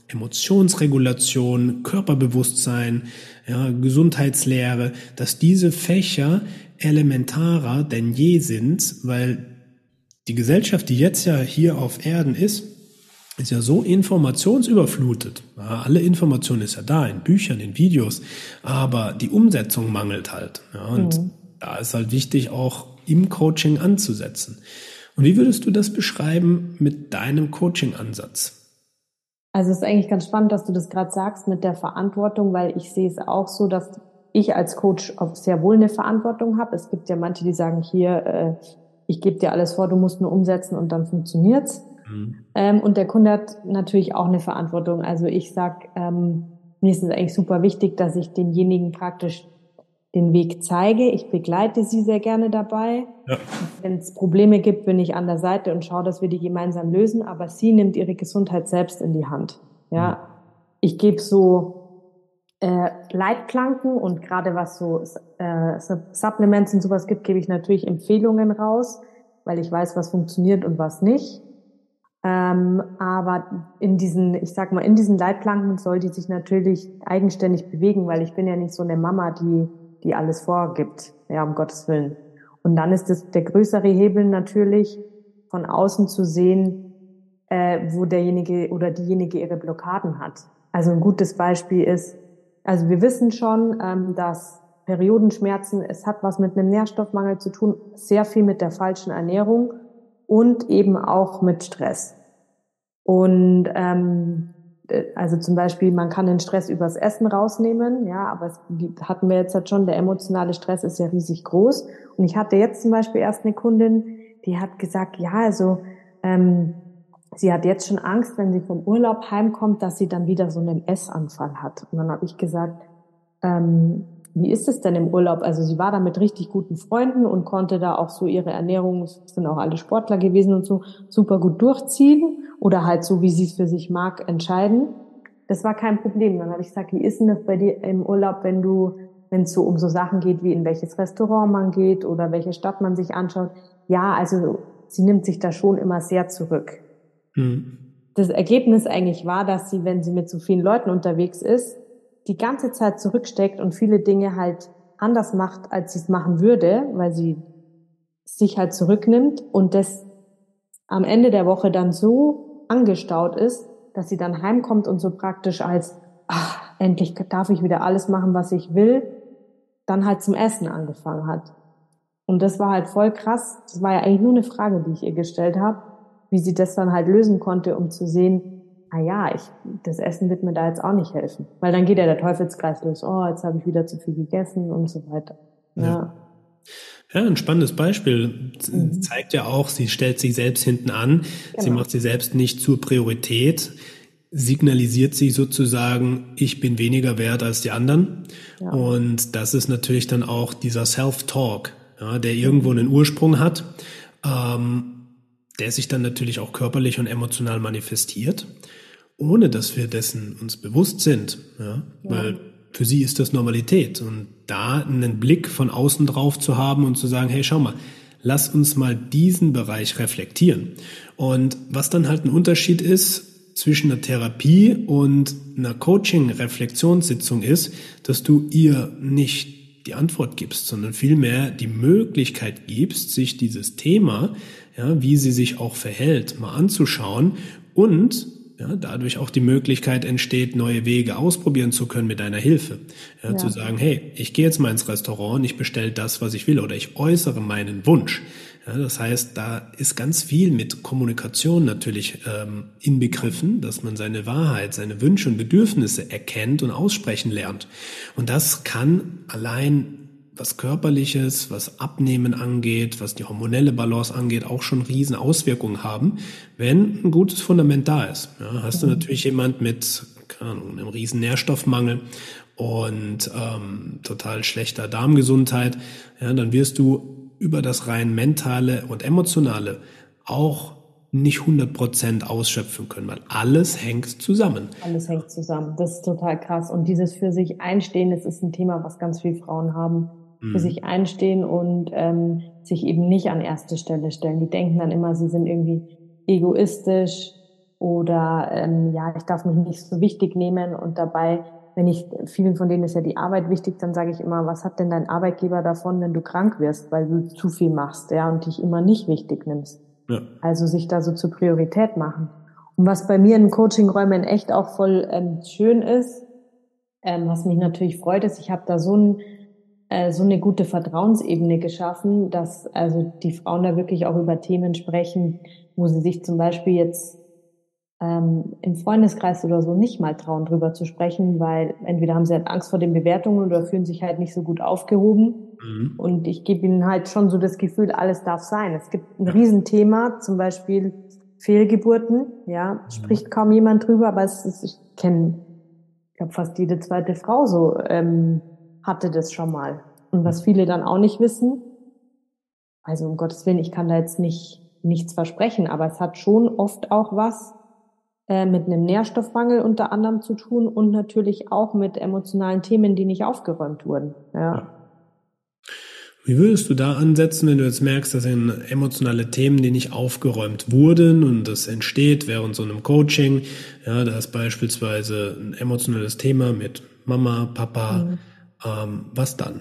Emotionsregulation, Körperbewusstsein, ja, Gesundheitslehre, dass diese Fächer elementarer denn je sind, weil die Gesellschaft, die jetzt ja hier auf Erden ist ja so informationsüberflutet. Ja, alle Information ist ja da, in Büchern, in Videos, aber die Umsetzung mangelt halt. Ja, und da ist halt wichtig, auch im Coaching anzusetzen. Und wie würdest du das beschreiben mit deinem Coaching-Ansatz? Also es ist eigentlich ganz spannend, dass du das gerade sagst mit der Verantwortung, weil ich sehe es auch so, dass ich als Coach auch sehr wohl eine Verantwortung habe. Es gibt ja manche, die sagen, hier, ich gebe dir alles vor, du musst nur umsetzen und dann funktioniert's. Und der Kunde hat natürlich auch eine Verantwortung. Also ich sag, mir ist es eigentlich super wichtig, dass ich denjenigen praktisch den Weg zeige. Ich begleite sie sehr gerne dabei. Ja. Wenn es Probleme gibt, bin ich an der Seite und schaue, dass wir die gemeinsam lösen. Aber sie nimmt ihre Gesundheit selbst in die Hand. Ja, ich gebe so Leitplanken und gerade was so Supplements und sowas gibt, gebe ich natürlich Empfehlungen raus, weil ich weiß, was funktioniert und was nicht. Aber in diesen Leitplanken soll die sich natürlich eigenständig bewegen, weil ich bin ja nicht so eine Mama, die alles vorgibt. Ja, um Gottes Willen. Und dann ist es der größere Hebel natürlich, von außen zu sehen, wo derjenige oder diejenige ihre Blockaden hat. Also ein gutes Beispiel ist, also wir wissen schon, dass Periodenschmerzen, es hat was mit einem Nährstoffmangel zu tun, sehr viel mit der falschen Ernährung und eben auch mit Stress. Und also zum Beispiel, man kann den Stress übers Essen rausnehmen, ja, aber es hatten wir jetzt halt schon, der emotionale Stress ist ja riesig groß. Und ich hatte jetzt zum Beispiel erst eine Kundin, die hat gesagt, ja, also sie hat jetzt schon Angst, wenn sie vom Urlaub heimkommt, dass sie dann wieder so einen Essanfall hat. Und dann habe ich gesagt, wie ist es denn im Urlaub? Also sie war da mit richtig guten Freunden und konnte da auch so ihre Ernährung, es sind auch alle Sportler gewesen und so, super gut durchziehen oder halt so, wie sie es für sich mag, entscheiden. Das war kein Problem. Dann habe ich gesagt, wie ist denn das bei dir im Urlaub, wenn es so um so Sachen geht, wie in welches Restaurant man geht oder welche Stadt man sich anschaut? Ja, also sie nimmt sich da schon immer sehr zurück. Das Ergebnis eigentlich war, dass sie, wenn sie mit so vielen Leuten unterwegs ist, die ganze Zeit zurücksteckt und viele Dinge halt anders macht, als sie es machen würde, weil sie sich halt zurücknimmt und das am Ende der Woche dann so angestaut ist, dass sie dann heimkommt und so praktisch als, endlich darf ich wieder alles machen, was ich will, dann halt zum Essen angefangen hat. Und das war halt voll krass. Das war ja eigentlich nur eine Frage, die ich ihr gestellt habe, wie sie das dann halt lösen konnte, um zu sehen, das Essen wird mir da jetzt auch nicht helfen. Weil dann geht ja der Teufelskreis los. Oh, jetzt habe ich wieder zu viel gegessen und so weiter. Ja, ein spannendes Beispiel. Zeigt ja auch, sie stellt sich selbst hinten an. Genau. Sie macht sie selbst nicht zur Priorität. Signalisiert sich sozusagen, ich bin weniger wert als die anderen. Ja. Und das ist natürlich dann auch dieser Self-Talk, ja, der irgendwo einen Ursprung hat, der sich dann natürlich auch körperlich und emotional manifestiert, ohne dass wir dessen uns bewusst sind, ja, weil für sie ist das Normalität. Und da einen Blick von außen drauf zu haben und zu sagen, hey, schau mal, lass uns mal diesen Bereich reflektieren. Und was dann halt ein Unterschied ist zwischen einer Therapie und einer Coaching-Reflexionssitzung ist, dass du ihr nicht die Antwort gibst, sondern vielmehr die Möglichkeit gibst, sich dieses Thema, ja, wie sie sich auch verhält, mal anzuschauen und dadurch auch die Möglichkeit entsteht, neue Wege ausprobieren zu können mit deiner Hilfe. Ja. Zu sagen, hey, ich gehe jetzt mal ins Restaurant und ich bestelle das, was ich will oder ich äußere meinen Wunsch. Ja, das heißt, da ist ganz viel mit Kommunikation natürlich inbegriffen, dass man seine Wahrheit, seine Wünsche und Bedürfnisse erkennt und aussprechen lernt. Und das kann allein was Körperliches, was Abnehmen angeht, was die hormonelle Balance angeht, auch schon riesen Auswirkungen haben, wenn ein gutes Fundament da ist. Ja, hast du natürlich jemand mit, keine Ahnung, einem riesen Nährstoffmangel und total schlechter Darmgesundheit, ja, dann wirst du über das rein mentale und emotionale auch nicht 100% ausschöpfen können, weil alles hängt zusammen. Alles hängt zusammen. Das ist total krass. Und dieses für sich einstehen, das ist ein Thema, was ganz viele Frauen haben. Für sich einstehen und sich eben nicht an erste Stelle stellen. Die denken dann immer, sie sind irgendwie egoistisch oder ja, ich darf mich nicht so wichtig nehmen und dabei, vielen von denen ist ja die Arbeit wichtig, dann sage ich immer, was hat denn dein Arbeitgeber davon, wenn du krank wirst, weil du zu viel machst, ja, und dich immer nicht wichtig nimmst. Ja. Also sich da so zur Priorität machen. Und was bei mir in Coaching-Räumen echt auch voll schön ist, was mich natürlich freut, ist, ich habe da so eine gute Vertrauensebene geschaffen, dass also die Frauen da wirklich auch über Themen sprechen, wo sie sich zum Beispiel jetzt im Freundeskreis oder so nicht mal trauen, drüber zu sprechen, weil entweder haben sie halt Angst vor den Bewertungen oder fühlen sich halt nicht so gut aufgehoben. Mhm. Und ich gebe ihnen halt schon so das Gefühl, alles darf sein. Es gibt ein Ja. Riesenthema, zum Beispiel Fehlgeburten, ja, Mhm. spricht kaum jemand drüber, aber ich kenne, ich glaube, fast jede zweite Frau so hatte das schon mal. Und was viele dann auch nicht wissen, also um Gottes Willen, ich kann da jetzt nichts versprechen, aber es hat schon oft auch was mit einem Nährstoffmangel unter anderem zu tun und natürlich auch mit emotionalen Themen, die nicht aufgeräumt wurden. Ja. Ja. Wie würdest du da ansetzen, wenn du jetzt merkst, das sind emotionale Themen, die nicht aufgeräumt wurden und das entsteht während so einem Coaching? Ja, da ist beispielsweise ein emotionales Thema mit Mama, Papa. Mhm. Was dann?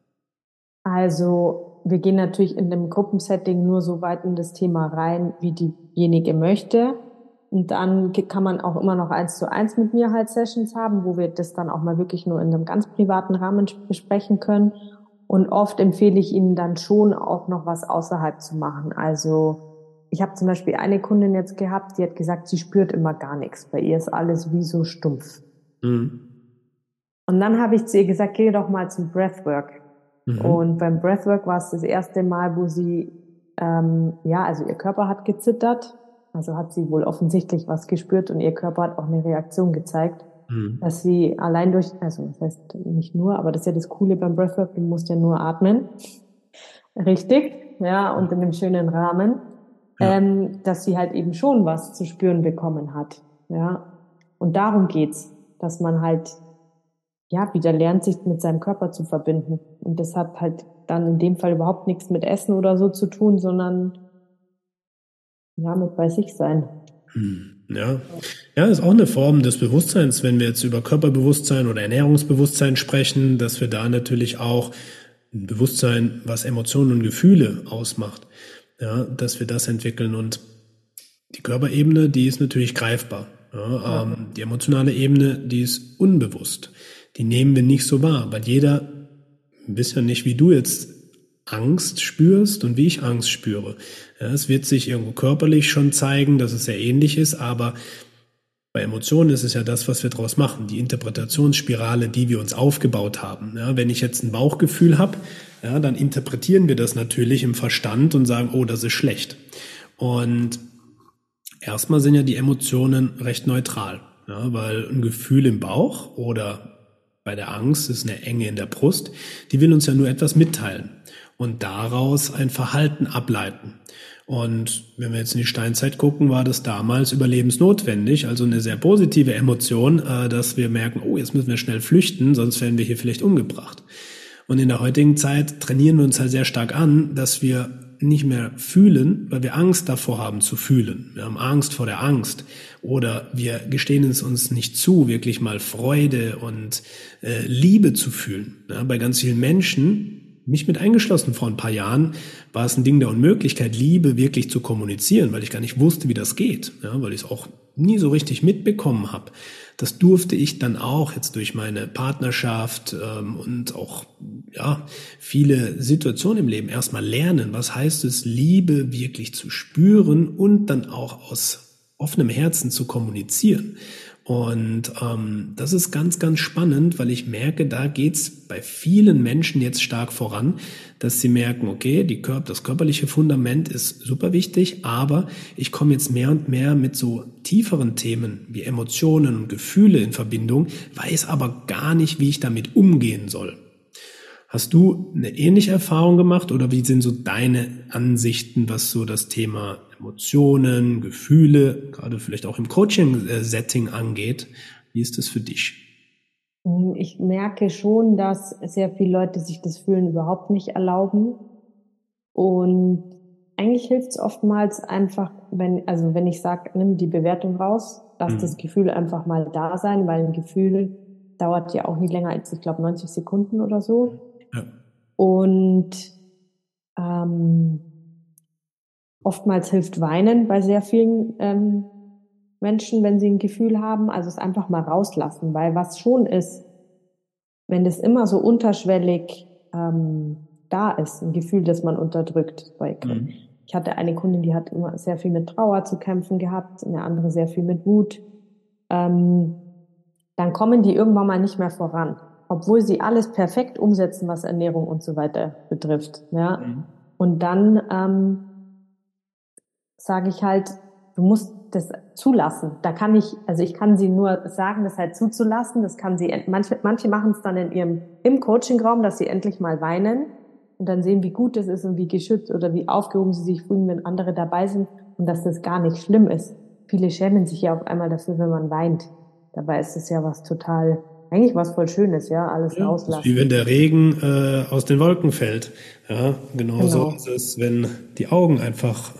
Also wir gehen natürlich in dem Gruppensetting nur so weit in das Thema rein, wie diejenige möchte. Und dann kann man auch immer noch 1:1 mit mir halt Sessions haben, wo wir das dann auch mal wirklich nur in einem ganz privaten Rahmen besprechen können. Und oft empfehle ich Ihnen dann schon auch noch was außerhalb zu machen. Also ich habe zum Beispiel eine Kundin jetzt gehabt, die hat gesagt, sie spürt immer gar nichts. Bei ihr ist alles wie so stumpf. Mhm. Und dann habe ich zu ihr gesagt, geh doch mal zum Breathwork. Mhm. Und beim Breathwork war es das erste Mal, wo sie, ja, also ihr Körper hat gezittert, also hat sie wohl offensichtlich was gespürt und ihr Körper hat auch eine Reaktion gezeigt, Mhm. dass sie allein durch, also das heißt nicht nur, aber das ist ja das Coole beim Breathwork, du musst ja nur atmen, richtig, ja, und in einem schönen Rahmen, Ja. dass sie halt eben schon was zu spüren bekommen hat, ja. Und darum geht's, dass man halt ja, wieder lernt, sich mit seinem Körper zu verbinden. Und das hat halt dann in dem Fall überhaupt nichts mit Essen oder so zu tun, sondern ja, mit bei sich sein. Ja. Ja, ist auch eine Form des Bewusstseins, wenn wir jetzt über Körperbewusstsein oder Ernährungsbewusstsein sprechen, dass wir da natürlich auch ein Bewusstsein, was Emotionen und Gefühle ausmacht, ja, dass wir das entwickeln. Und die Körperebene, die ist natürlich greifbar. Ja, Ja. die emotionale Ebene, die ist unbewusst. Die nehmen wir nicht so wahr, weil jeder ein bisschen nicht wie du jetzt Angst spürst und wie ich Angst spüre. Ja, es wird sich irgendwo körperlich schon zeigen, dass es sehr ähnlich ist, aber bei Emotionen ist es ja das, was wir daraus machen, die Interpretationsspirale, die wir uns aufgebaut haben. Ja, wenn ich jetzt ein Bauchgefühl habe, ja, dann interpretieren wir das natürlich im Verstand und sagen, oh, das ist schlecht. Und erstmal sind ja die Emotionen recht neutral, ja, weil ein Gefühl im Bauch oder bei der Angst ist eine Enge in der Brust, die will uns ja nur etwas mitteilen und daraus ein Verhalten ableiten. Und wenn wir jetzt in die Steinzeit gucken, war das damals überlebensnotwendig, also eine sehr positive Emotion, dass wir merken, oh, jetzt müssen wir schnell flüchten, sonst werden wir hier vielleicht umgebracht. Und in der heutigen Zeit trainieren wir uns halt sehr stark an, dass wir nicht mehr fühlen, weil wir Angst davor haben zu fühlen. Wir haben Angst vor der Angst oder wir gestehen es uns nicht zu, wirklich mal Freude und Liebe zu fühlen. Ja, bei ganz vielen Menschen, mich mit eingeschlossen vor ein paar Jahren, war es ein Ding der Unmöglichkeit, Liebe wirklich zu kommunizieren, weil ich gar nicht wusste, wie das geht, ja, weil ich es auch nie so richtig mitbekommen habe. Das durfte ich dann auch jetzt durch meine Partnerschaft und auch ja viele Situationen im Leben erstmal lernen. Was heißt es, Liebe wirklich zu spüren und dann auch aus offenem Herzen zu kommunizieren? Und das ist ganz, ganz spannend, weil ich merke, da geht's bei vielen Menschen jetzt stark voran, dass sie merken, okay, das körperliche Fundament ist super wichtig, aber ich komme jetzt mehr und mehr mit so tieferen Themen wie Emotionen und Gefühle in Verbindung, weiß aber gar nicht, wie ich damit umgehen soll. Hast du eine ähnliche Erfahrung gemacht oder wie sind so deine Ansichten, was so das Thema Emotionen, Gefühle, gerade vielleicht auch im Coaching-Setting angeht? Wie ist das für dich? Ich merke schon, dass sehr viele Leute sich das Fühlen überhaupt nicht erlauben. Und eigentlich hilft es oftmals einfach wenn ich sage, nimm die Bewertung raus, lass das Mhm. Gefühl einfach mal da sein, weil ein Gefühl dauert ja auch nicht länger als, ich glaube, 90 Sekunden oder so. Ja. Und ähm, oftmals hilft Weinen bei sehr vielen Menschen, wenn sie ein Gefühl haben. Also es einfach mal rauslassen, weil was schon ist, wenn das immer so unterschwellig da ist, ein Gefühl, das man unterdrückt. Mhm. Ich hatte eine Kundin, die hat immer sehr viel mit Trauer zu kämpfen gehabt, eine andere sehr viel mit Wut. Ähm, Dann kommen die irgendwann mal nicht mehr voran, obwohl sie alles perfekt umsetzen, was Ernährung und so weiter betrifft. Ja, Mhm. und dann sage ich halt, du musst das zulassen. Da kann ich, also ich kann sie nur sagen, das halt zuzulassen. Das kann sie, manche machen es dann im Coachingraum, dass sie endlich mal weinen und dann sehen, wie gut es ist und wie geschützt oder wie aufgehoben sie sich fühlen, wenn andere dabei sind und dass das gar nicht schlimm ist. Viele schämen sich ja auf einmal dafür, wenn man weint. Dabei ist es ja was total, eigentlich was voll Schönes, ja, alles Ja, das ist wie rauslassen. wenn der Regen aus den Wolken fällt. Ja, genauso ist Genau. es, wenn die Augen einfach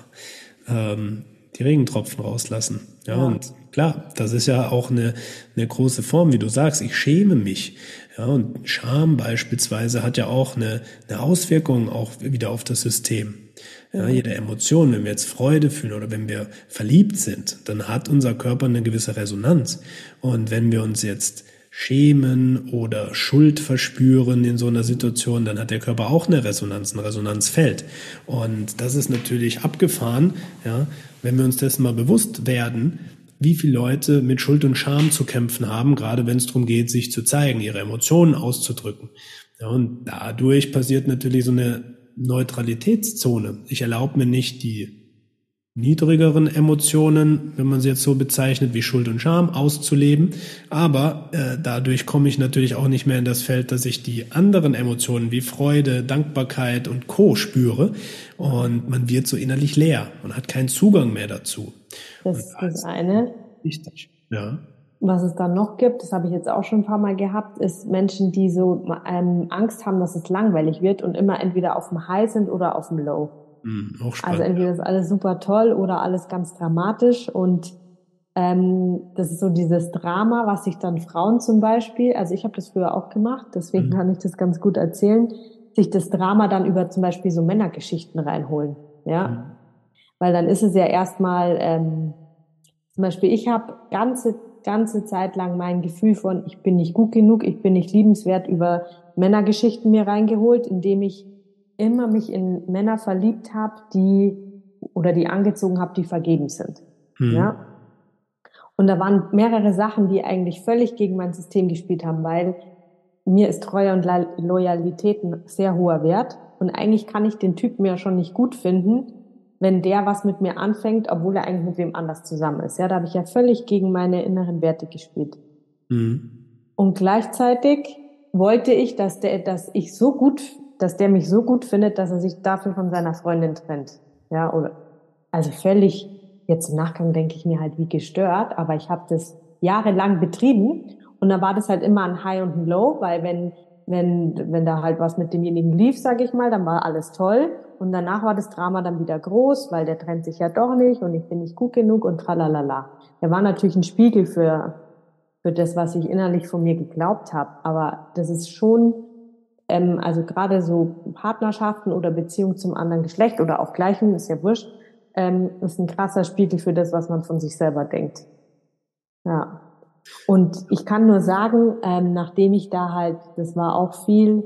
die Regentropfen rauslassen. Ja, Ja. und klar, das ist ja auch eine große Form, wie du sagst, ich schäme mich. Ja, und Scham beispielsweise hat ja auch eine Auswirkung auch wieder auf das System. Ja, jede Mhm. Emotion, wenn wir jetzt Freude fühlen oder wenn wir verliebt sind, dann hat unser Körper eine gewisse Resonanz. Und wenn wir uns jetzt schämen oder Schuld verspüren in so einer Situation, dann hat der Körper auch eine Resonanz, ein Resonanzfeld. Und das ist natürlich abgefahren, ja, wenn wir uns dessen mal bewusst werden, wie viele Leute mit Schuld und Scham zu kämpfen haben, gerade wenn es darum geht, sich zu zeigen, ihre Emotionen auszudrücken. Ja, und dadurch passiert natürlich so eine Neutralitätszone. Ich erlaube mir nicht die niedrigeren Emotionen, wenn man sie jetzt so bezeichnet, wie Schuld und Scham, auszuleben. Aber dadurch komme ich natürlich auch nicht mehr in das Feld, dass ich die anderen Emotionen wie Freude, Dankbarkeit und Co. spüre. Und man wird so innerlich leer und hat keinen Zugang mehr dazu. Und Das da ist das ist eine. wichtig. Ja. Was es dann noch gibt, das habe ich jetzt auch schon ein paar Mal gehabt, ist Menschen, die so Angst haben, dass es langweilig wird und immer entweder auf dem High sind oder auf dem Low. Auch Also spannend. entweder ist alles super toll oder alles ganz dramatisch und das ist so dieses Drama, was sich dann Frauen zum Beispiel, also ich habe das früher auch gemacht, deswegen kann ich das ganz gut erzählen, sich das Drama dann über zum Beispiel so Männergeschichten reinholen, ja, Mhm. weil dann ist es ja erstmal zum Beispiel, ich habe ganze Zeit lang mein Gefühl von, ich bin nicht gut genug, ich bin nicht liebenswert über Männergeschichten mir reingeholt, indem ich immer mich in Männer verliebt habe, die angezogen habe, die vergeben sind. Ja. Mhm. Und da waren mehrere Sachen, die eigentlich völlig gegen mein System gespielt haben, weil mir ist Treue und Loyalität ein sehr hoher Wert. Und eigentlich kann ich den Typen ja schon nicht gut finden, wenn der was mit mir anfängt, obwohl er eigentlich mit wem anders zusammen ist. Ja, da habe ich ja völlig gegen meine inneren Werte gespielt. Mhm. Und gleichzeitig wollte ich, dass der mich so gut findet, dass er sich dafür von seiner Freundin trennt. Ja, oder, also völlig, jetzt im Nachgang denke ich mir halt wie gestört, aber ich habe das jahrelang betrieben und da war das halt immer ein High und ein Low, weil wenn da halt was mit demjenigen lief, sage ich mal, dann war alles toll und danach war das Drama dann wieder groß, weil der trennt sich ja doch nicht und ich bin nicht gut genug und tralalala. Der war natürlich ein Spiegel für das, was ich innerlich von mir geglaubt habe. Aber das ist schon, also gerade so Partnerschaften oder Beziehung zum anderen Geschlecht oder auch Gleichen, ist ja wurscht, ist ein krasser Spiegel für das, was man von sich selber denkt. Ja. Und ich kann nur sagen, nachdem ich da halt, das war auch viel,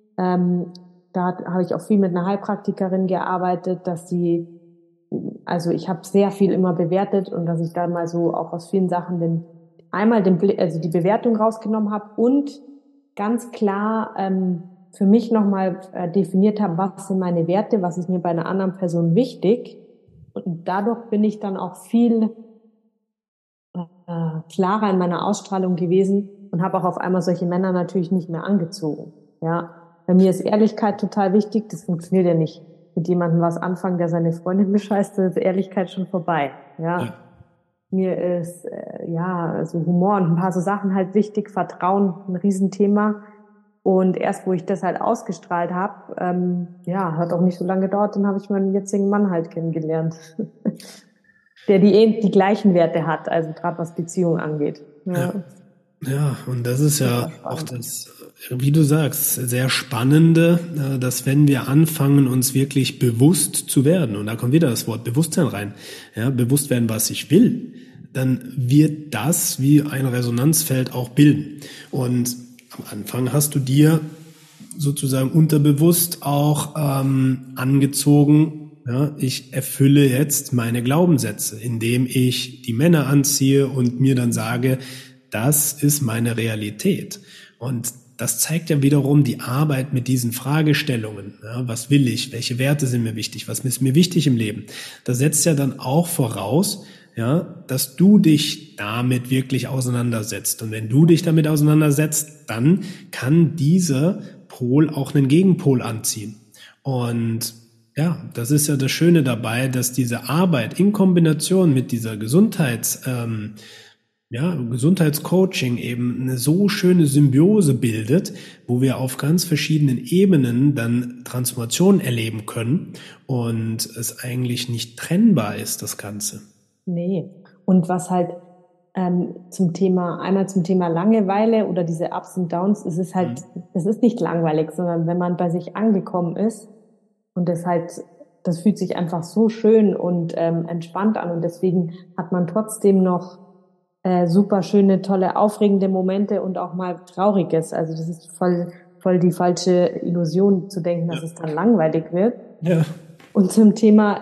habe ich auch viel mit einer Heilpraktikerin gearbeitet, dass sie, also ich habe sehr viel immer bewertet und dass ich da mal so auch aus vielen Sachen also die Bewertung rausgenommen habe und ganz klar für mich nochmal definiert habe, was sind meine Werte, was ist mir bei einer anderen Person wichtig. Und dadurch bin ich dann auch viel klarer in meiner Ausstrahlung gewesen und habe auch auf einmal solche Männer natürlich nicht mehr angezogen. Ja, bei mir ist Ehrlichkeit total wichtig. Das funktioniert ja nicht mit jemandem was anfangen, der seine Freundin bescheißt, da ist Ehrlichkeit schon vorbei. Ja, Ja. mir ist ja also Humor und ein paar so Sachen halt wichtig, Vertrauen ein Riesenthema. Und erst wo ich das halt ausgestrahlt habe, ja, hat auch nicht so lange gedauert, dann habe ich meinen jetzigen Mann halt kennengelernt. der die gleichen Werte hat, also gerade was Beziehung angeht. Ja. Ja, Ja, und das ist ja super auch spannend. das, wie du sagst, sehr Spannende, dass wenn wir anfangen, uns wirklich bewusst zu werden, und da kommt wieder das Wort Bewusstsein rein, ja, bewusst werden, was ich will, dann wird das wie ein Resonanzfeld auch bilden. Und am Anfang hast du dir sozusagen unterbewusst auch angezogen, ja, ich erfülle jetzt meine Glaubenssätze, indem ich die Männer anziehe und mir dann sage, das ist meine Realität. Und das zeigt ja wiederum die Arbeit mit diesen Fragestellungen. Ja, was will ich? Welche Werte sind mir wichtig? Was ist mir wichtig im Leben? Das setzt ja dann auch voraus, ja, dass du dich damit wirklich auseinandersetzt. Und wenn du dich damit auseinandersetzt, dann kann dieser Pol auch einen Gegenpol anziehen. Und ja, das ist ja das Schöne dabei, dass diese Arbeit in Kombination mit dieser Gesundheitscoaching eben eine so schöne Symbiose bildet, wo wir auf ganz verschiedenen Ebenen dann Transformation erleben können und es eigentlich nicht trennbar ist, das Ganze. Nee. Und was halt einmal zum Thema Langeweile oder diese Ups und Downs, es ist nicht langweilig, sondern wenn man bei sich angekommen ist und das fühlt sich einfach so schön und entspannt an und deswegen hat man trotzdem noch super schöne, tolle, aufregende Momente und auch mal Trauriges. Also das ist voll die falsche Illusion zu denken, Ja. dass es dann langweilig wird. Ja. Und zum Thema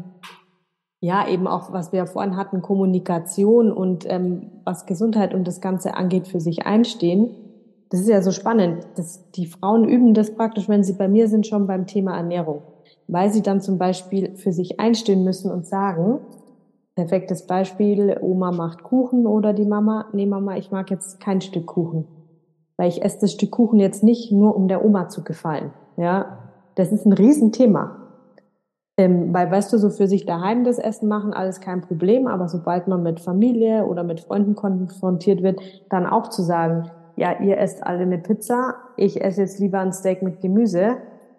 ja, eben auch, was wir ja vorhin hatten, Kommunikation und was Gesundheit und das Ganze angeht, für sich einstehen. Das ist ja so spannend. Die Frauen üben das praktisch, wenn sie bei mir sind, schon beim Thema Ernährung. Weil sie dann zum Beispiel für sich einstehen müssen und sagen, perfektes Beispiel, Oma macht Kuchen oder die Mama, nee Mama, ich mag jetzt kein Stück Kuchen. Weil ich esse das Stück Kuchen jetzt nicht nur, um der Oma zu gefallen. Ja, das ist ein Riesenthema. Weil, weißt du, so für sich daheim das Essen machen, alles kein Problem, aber sobald man mit Familie oder mit Freunden konfrontiert wird, dann auch zu sagen, ja, ihr esst alle eine Pizza, ich esse jetzt lieber ein Steak mit Gemüse,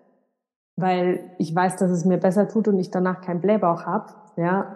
weil ich weiß, dass es mir besser tut und ich danach keinen Blähbauch habe. Ja,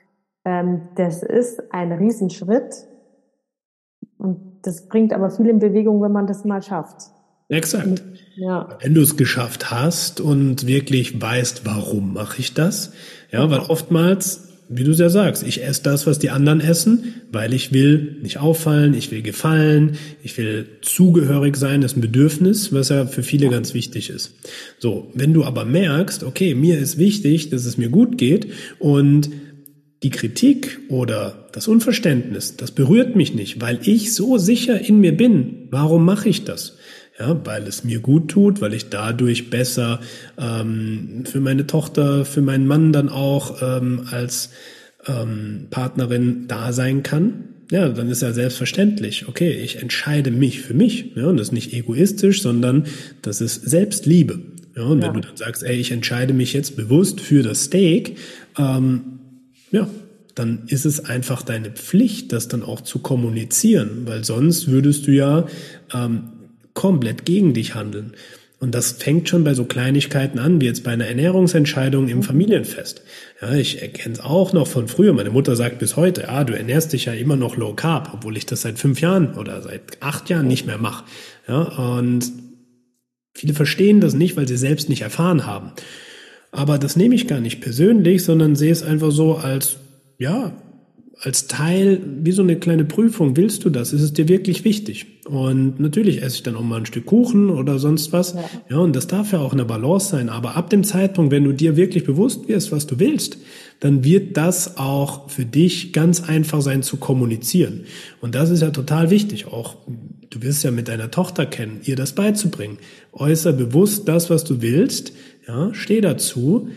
das ist ein Riesenschritt und das bringt aber viel in Bewegung, wenn man das mal schafft. Exakt. Ja, Wenn du es geschafft hast und wirklich weißt, warum mache ich das? Ja, weil genau. oftmals, wie du ja sagst, ich esse das, was die anderen essen, weil ich will nicht auffallen, ich will gefallen, ich will zugehörig sein, das ist ein Bedürfnis, was ja für viele ganz wichtig ist. So, wenn du aber merkst, okay, mir ist wichtig, dass es mir gut geht und die Kritik oder das Unverständnis, das berührt mich nicht, weil ich so sicher in mir bin. Warum mache ich das? Ja, weil es mir gut tut, weil ich dadurch besser für meine Tochter, für meinen Mann dann auch als Partnerin da sein kann. Ja, dann ist ja selbstverständlich, okay, ich entscheide mich für mich. Ja, und das ist nicht egoistisch, sondern das ist Selbstliebe. Ja, und wenn du Ja. dann sagst, ey, ich entscheide mich jetzt bewusst für das Steak, ja, dann ist es einfach deine Pflicht, das dann auch zu kommunizieren, weil sonst würdest du ja komplett gegen dich handeln. Und das fängt schon bei so Kleinigkeiten an, wie jetzt bei einer Ernährungsentscheidung im Familienfest. Ja, ich erkenne es auch noch von früher. Meine Mutter sagt bis heute, ja, du ernährst dich ja immer noch Low Carb, obwohl ich das seit 5 Jahren oder seit 8 Jahren nicht mehr mache. Ja, und viele verstehen das nicht, weil sie selbst nicht erfahren haben. Aber das nehme ich gar nicht persönlich, sondern sehe es einfach so als, ja, als Teil, wie so eine kleine Prüfung. Willst du das? Ist es dir wirklich wichtig? Und natürlich esse ich dann auch mal ein Stück Kuchen oder sonst was. Ja. Ja, und das darf ja auch eine Balance sein. Aber ab dem Zeitpunkt, wenn du dir wirklich bewusst wirst, was du willst, dann wird das auch für dich ganz einfach sein zu kommunizieren. Und das ist ja total wichtig. Auch, du wirst ja mit deiner Tochter kennen, ihr das beizubringen. Äußer bewusst das, was du willst. Ja, steh dazu,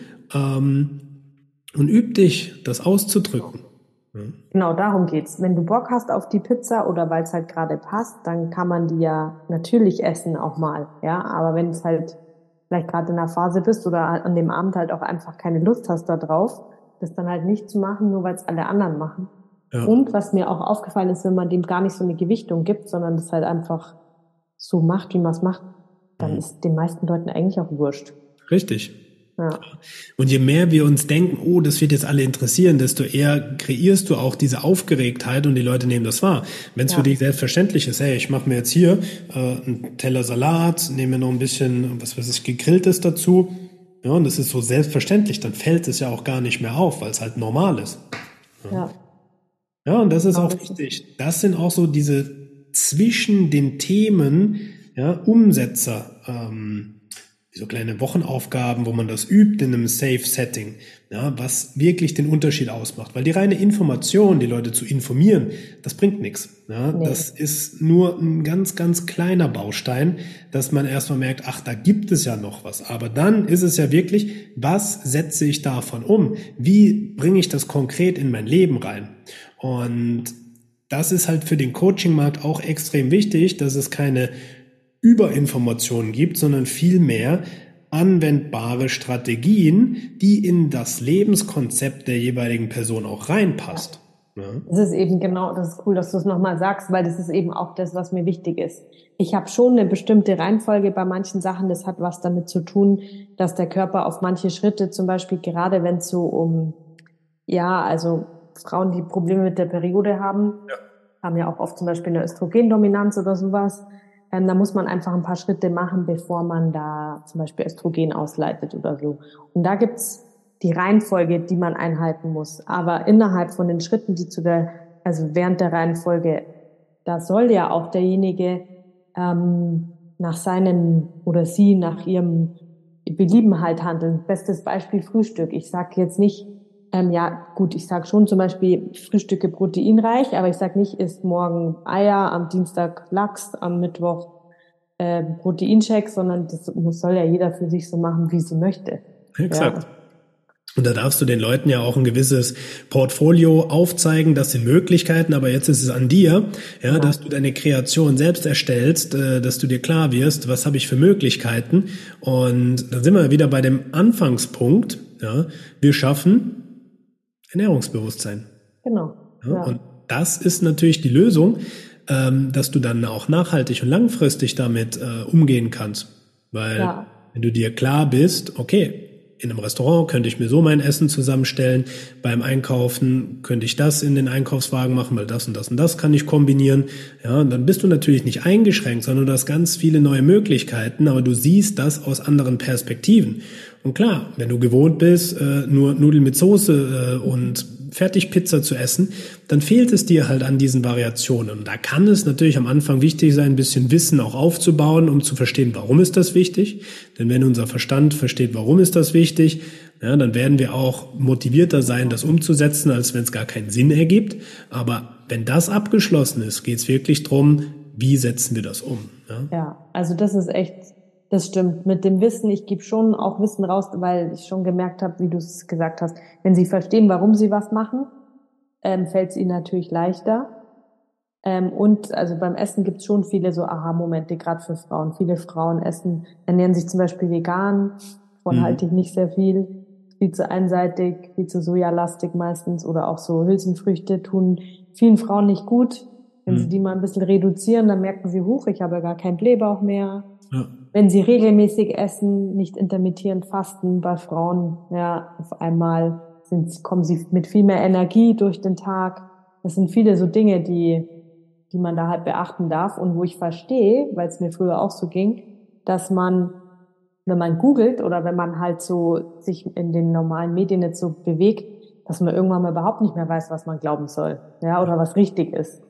und üb dich, das auszudrücken. Genau, darum geht's. Wenn du Bock hast auf die Pizza oder weil es halt gerade passt, dann kann man die ja natürlich essen auch mal, ja. Aber wenn es halt vielleicht gerade in der Phase bist oder an dem Abend halt auch einfach keine Lust hast da drauf, das dann halt nicht zu machen, nur weil es alle anderen machen. Ja. Und was mir auch aufgefallen ist, wenn man dem gar nicht so eine Gewichtung gibt, sondern das halt einfach so macht, wie man es macht, dann ist den meisten Leuten eigentlich auch wurscht. Richtig. Ja. Und je mehr wir uns denken, oh, das wird jetzt alle interessieren, desto eher kreierst du auch diese Aufgeregtheit und die Leute nehmen das wahr. Wenn es für dich selbstverständlich ist, hey, ich mache mir jetzt hier einen Teller Salat, nehme mir noch ein bisschen, was weiß ich, Gegrilltes dazu, ja, und das ist so selbstverständlich, dann fällt es ja auch gar nicht mehr auf, weil es halt normal ist. Ja. Ja, und das ist auch wichtig. Das sind auch so diese zwischen den Themen, ja, Umsetzer, so kleine Wochenaufgaben, wo man das übt in einem Safe Setting, ja, was wirklich den Unterschied ausmacht. Weil die reine Information, die Leute zu informieren, das bringt nichts. Ja. Nee. Das ist nur ein ganz, ganz kleiner Baustein, dass man erstmal merkt, ach, da gibt es ja noch was. Aber dann ist es ja wirklich, was setze ich davon um? Wie bringe ich das konkret in mein Leben rein? Und das ist halt für den Coaching-Markt auch extrem wichtig, dass es keine Überinformationen gibt, sondern vielmehr anwendbare Strategien, die in das Lebenskonzept der jeweiligen Person auch reinpasst. Ja. Das ist eben genau, das ist cool, dass du es nochmal sagst, weil das ist eben auch das, was mir wichtig ist. Ich habe schon eine bestimmte Reihenfolge bei manchen Sachen, das hat was damit zu tun, dass der Körper auf manche Schritte, zum Beispiel gerade wenn es so um, ja, also Frauen, die Probleme mit der Periode haben, haben ja auch oft zum Beispiel eine Östrogendominanz oder sowas. Da muss man einfach ein paar Schritte machen, bevor man da zum Beispiel Östrogen ausleitet oder so. Und da gibt's die Reihenfolge, die man einhalten muss. Aber innerhalb von den Schritten, also während der Reihenfolge, da soll ja auch derjenige nach seinen oder sie nach ihrem Belieben halt handeln. Bestes Beispiel Frühstück. Ich sage jetzt nicht, ich sage schon zum Beispiel Frühstücke proteinreich, aber ich sage nicht, isst morgen Eier, am Dienstag Lachs, am Mittwoch Proteinshake, sondern das soll ja jeder für sich so machen, wie sie möchte. Exakt. Ja. Und da darfst du den Leuten ja auch ein gewisses Portfolio aufzeigen, das sind Möglichkeiten, aber jetzt ist es an dir, ja, dass du deine Kreation selbst erstellst, dass du dir klar wirst, was habe ich für Möglichkeiten. Und dann sind wir wieder bei dem Anfangspunkt, ja, wir schaffen Ernährungsbewusstsein. Genau. Ja. Und das ist natürlich die Lösung, dass du dann auch nachhaltig und langfristig damit umgehen kannst. Weil wenn du dir klar bist, okay, in einem Restaurant könnte ich mir so mein Essen zusammenstellen, beim Einkaufen könnte ich das in den Einkaufswagen machen, weil das und das und das kann ich kombinieren. Ja, dann bist du natürlich nicht eingeschränkt, sondern du hast ganz viele neue Möglichkeiten, aber du siehst das aus anderen Perspektiven. Und klar, wenn du gewohnt bist, nur Nudeln mit Soße und Fertigpizza zu essen, dann fehlt es dir halt an diesen Variationen. Und da kann es natürlich am Anfang wichtig sein, ein bisschen Wissen auch aufzubauen, um zu verstehen, warum ist das wichtig. Denn wenn unser Verstand versteht, warum ist das wichtig, ja, dann werden wir auch motivierter sein, das umzusetzen, als wenn es gar keinen Sinn ergibt. Aber wenn das abgeschlossen ist, geht es wirklich drum, wie setzen wir das um. Ja, also das ist echt... Das stimmt. Mit dem Wissen, ich gebe schon auch Wissen raus, weil ich schon gemerkt habe, wie du es gesagt hast, wenn sie verstehen, warum sie was machen, fällt es ihnen natürlich leichter. Und also beim Essen gibt es schon viele so Aha-Momente, gerade für Frauen. Viele Frauen ernähren sich zum Beispiel vegan, davon halte ich nicht sehr viel zu einseitig, viel zu sojalastig meistens oder auch so Hülsenfrüchte tun vielen Frauen nicht gut. Wenn sie die mal ein bisschen reduzieren, dann merken sie, ich habe ja gar keinen Blähbauch mehr. Ja. Wenn sie regelmäßig essen, nicht intermittierend fasten, bei Frauen, ja, auf einmal kommen sie mit viel mehr Energie durch den Tag. Das sind viele so Dinge, die man da halt beachten darf und wo ich verstehe, weil es mir früher auch so ging, dass man, wenn man googelt oder wenn man halt so sich in den normalen Medien jetzt so bewegt, dass man irgendwann mal überhaupt nicht mehr weiß, was man glauben soll, ja, oder was richtig ist.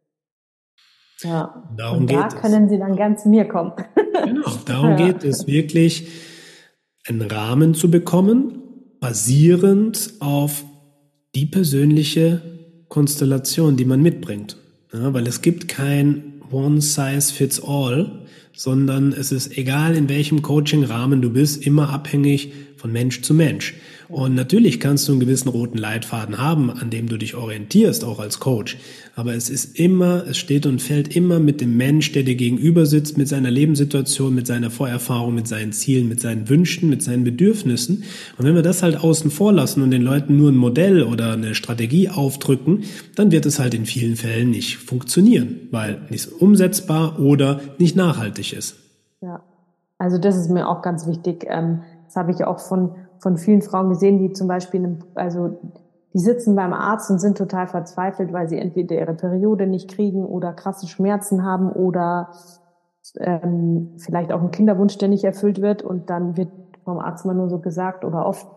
Ja, darum und da können sie dann ganz zu mir kommen. Genau, darum geht es wirklich, einen Rahmen zu bekommen, basierend auf die persönliche Konstellation, die man mitbringt. Ja, weil es gibt kein One Size Fits All, sondern es ist egal, in welchem Coaching-Rahmen du bist, immer abhängig von Mensch zu Mensch. Und natürlich kannst du einen gewissen roten Leitfaden haben, an dem du dich orientierst, auch als Coach. Aber es steht und fällt immer mit dem Mensch, der dir gegenüber sitzt, mit seiner Lebenssituation, mit seiner Vorerfahrung, mit seinen Zielen, mit seinen Wünschen, mit seinen Bedürfnissen. Und wenn wir das halt außen vor lassen und den Leuten nur ein Modell oder eine Strategie aufdrücken, dann wird es halt in vielen Fällen nicht funktionieren, weil nicht umsetzbar oder nicht nachhaltig ist. Ja, also das ist mir auch ganz wichtig, das habe ich auch von vielen Frauen gesehen, die zum Beispiel, die sitzen beim Arzt und sind total verzweifelt, weil sie entweder ihre Periode nicht kriegen oder krasse Schmerzen haben oder vielleicht auch ein Kinderwunsch, der nicht erfüllt wird, und dann wird vom Arzt mal nur so gesagt oder oft,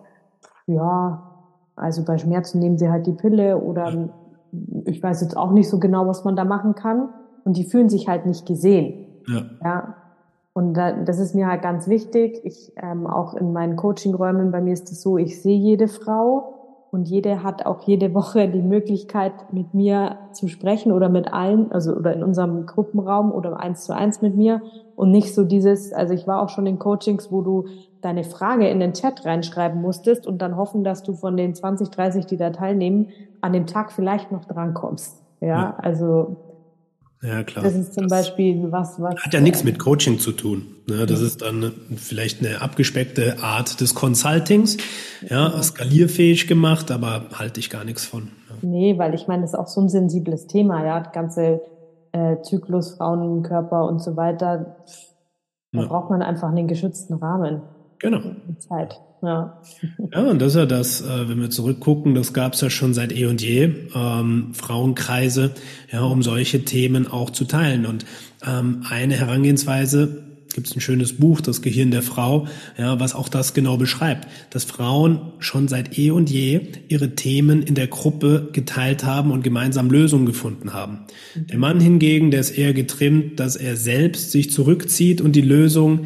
ja, also bei Schmerzen nehmen sie halt die Pille oder ich weiß jetzt auch nicht so genau, was man da machen kann, und die fühlen sich halt nicht gesehen. Ja. Ja. Und das ist mir halt ganz wichtig. Ich auch in meinen Coachingräumen, bei mir ist es so, ich sehe jede Frau und jede hat auch jede Woche die Möglichkeit, mit mir zu sprechen oder mit allen, also oder in unserem Gruppenraum oder 1:1 mit mir, und nicht so dieses, also ich war auch schon in Coachings, wo du deine Frage in den Chat reinschreiben musstest und dann hoffen, dass du von den 20, 30, die da teilnehmen, an dem Tag vielleicht noch drankommst. Ja, also Ja, klar. das ist zum Beispiel was Hat ja nichts mit Coaching zu tun. Ne? Das ist dann vielleicht eine abgespeckte Art des Consultings. Ja, skalierfähig gemacht, aber halte ich gar nichts von. Ja. Nee, weil ich meine, das ist auch so ein sensibles Thema, ja, das ganze Zyklus, Frauenkörper und so weiter. Da braucht man einfach einen geschützten Rahmen. Genau. Zeit. Ja. Ja, und das ist ja das, wenn wir zurückgucken, das gab es ja schon seit eh und je, Frauenkreise, ja, um solche Themen auch zu teilen. Und eine Herangehensweise, gibt es ein schönes Buch, Das Gehirn der Frau, ja, was auch das genau beschreibt, dass Frauen schon seit eh und je ihre Themen in der Gruppe geteilt haben und gemeinsam Lösungen gefunden haben. Der Mann hingegen, der ist eher getrimmt, dass er selbst sich zurückzieht und die Lösung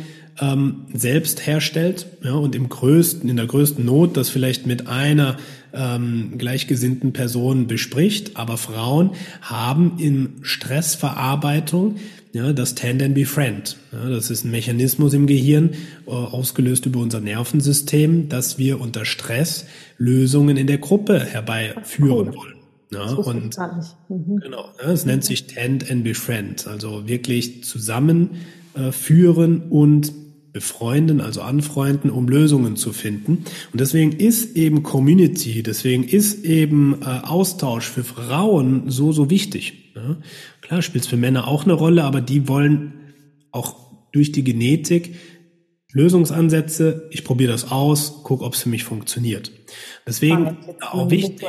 selbst herstellt, ja, und in der größten Not das vielleicht mit einer gleichgesinnten Person bespricht. Aber Frauen haben in Stressverarbeitung das Tend and Befriend. Ja, das ist ein Mechanismus im Gehirn, ausgelöst über unser Nervensystem, dass wir unter Stress Lösungen in der Gruppe herbeiführen wollen. Ja, und genau, es nennt sich Tend and Befriend, also wirklich zusammenführen und befreunden, also anfreunden, um Lösungen zu finden. Und deswegen ist eben Community, deswegen ist eben Austausch für Frauen so wichtig. Ja? Klar spielt es für Männer auch eine Rolle, aber die wollen auch durch die Genetik Lösungsansätze, ich probiere das aus, guck, ob es für mich funktioniert. Deswegen auch wichtig.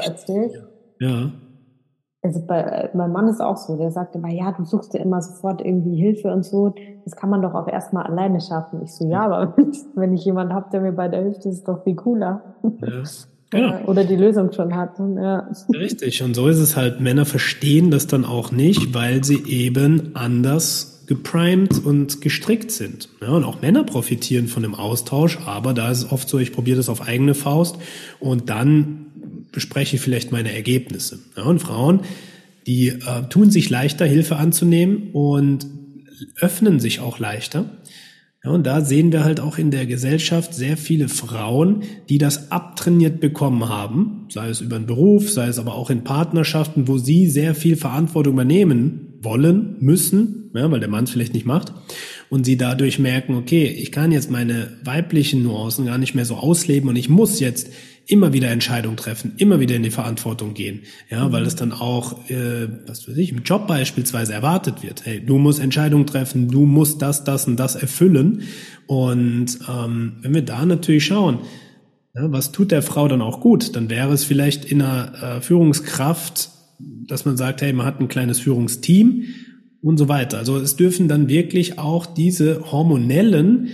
Ja. Also mein Mann ist auch so, der sagt immer, ja, du suchst dir immer sofort irgendwie Hilfe und so. Das kann man doch auch erstmal alleine schaffen. Ich so, ja, aber wenn ich jemanden habe, der mir bei der hilft, ist es doch viel cooler. Ja, genau. Oder die Lösung schon hat. Ja. Richtig. Und so ist es halt. Männer verstehen das dann auch nicht, weil sie eben anders geprimed und gestrickt sind. Ja, und auch Männer profitieren von dem Austausch, aber da ist es oft so, ich probiere das auf eigene Faust und dann bespreche ich vielleicht meine Ergebnisse. Ja, und Frauen, die tun sich leichter, Hilfe anzunehmen und öffnen sich auch leichter. Ja, und da sehen wir halt auch in der Gesellschaft sehr viele Frauen, die das abtrainiert bekommen haben, sei es über einen Beruf, sei es aber auch in Partnerschaften, wo sie sehr viel Verantwortung übernehmen wollen, müssen, ja, weil der Mann es vielleicht nicht macht. Und sie dadurch merken, okay, ich kann jetzt meine weiblichen Nuancen gar nicht mehr so ausleben und ich muss jetzt immer wieder Entscheidungen treffen, immer wieder in die Verantwortung gehen, ja, weil es dann auch, was weiß ich, im Job beispielsweise erwartet wird. Hey, du musst Entscheidungen treffen, du musst das und das erfüllen. Und wenn wir da natürlich schauen, ja, was tut der Frau dann auch gut, dann wäre es vielleicht in einer Führungskraft, dass man sagt, hey, man hat ein kleines Führungsteam und so weiter. Also es dürfen dann wirklich auch diese hormonellen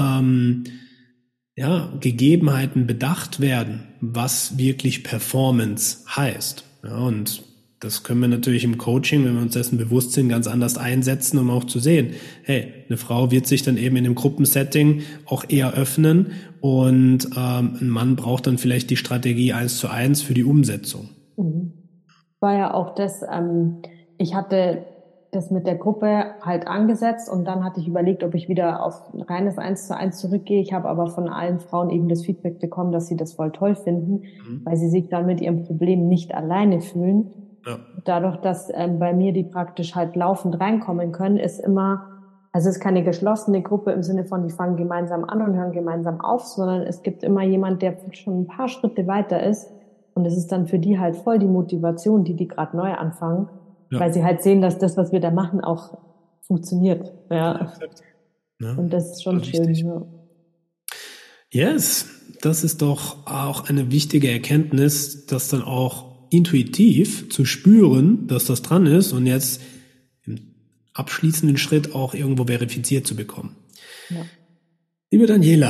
Gegebenheiten bedacht werden, was wirklich Performance heißt. Ja, und das können wir natürlich im Coaching, wenn wir uns dessen bewusst sind, ganz anders einsetzen, um auch zu sehen, hey, eine Frau wird sich dann eben in einem Gruppensetting auch eher öffnen und ein Mann braucht dann vielleicht die Strategie 1:1 für die Umsetzung. War ja auch das, ich hatte das mit der Gruppe halt angesetzt und dann hatte ich überlegt, ob ich wieder auf reines 1:1 zurückgehe. Ich habe aber von allen Frauen eben das Feedback bekommen, dass sie das voll toll finden, weil sie sich dann mit ihrem Problem nicht alleine fühlen. Ja. Dadurch, dass bei mir die praktisch halt laufend reinkommen können, ist immer, also es ist keine geschlossene Gruppe im Sinne von, die fangen gemeinsam an und hören gemeinsam auf, sondern es gibt immer jemand, der schon ein paar Schritte weiter ist. Und es ist dann für die halt voll die Motivation, die gerade neu anfangen, weil sie halt sehen, dass das, was wir da machen, auch funktioniert. Ja. Und das ist schon schön. Ja. Yes, das ist doch auch eine wichtige Erkenntnis, das dann auch intuitiv zu spüren, dass das dran ist und jetzt im abschließenden Schritt auch irgendwo verifiziert zu bekommen. Ja. Liebe Daniela,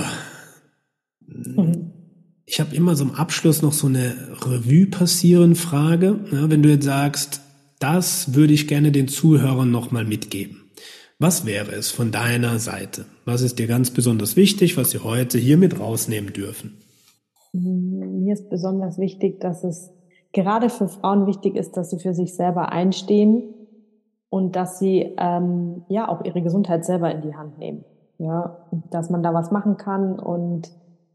ich habe immer so am Abschluss noch so eine Revue passieren Frage. Ja, wenn du jetzt sagst, das würde ich gerne den Zuhörern nochmal mitgeben. Was wäre es von deiner Seite? Was ist dir ganz besonders wichtig, was sie heute hier mit rausnehmen dürfen? Mir ist besonders wichtig, dass es gerade für Frauen wichtig ist, dass sie für sich selber einstehen und dass sie ja auch ihre Gesundheit selber in die Hand nehmen. Ja, dass man da was machen kann und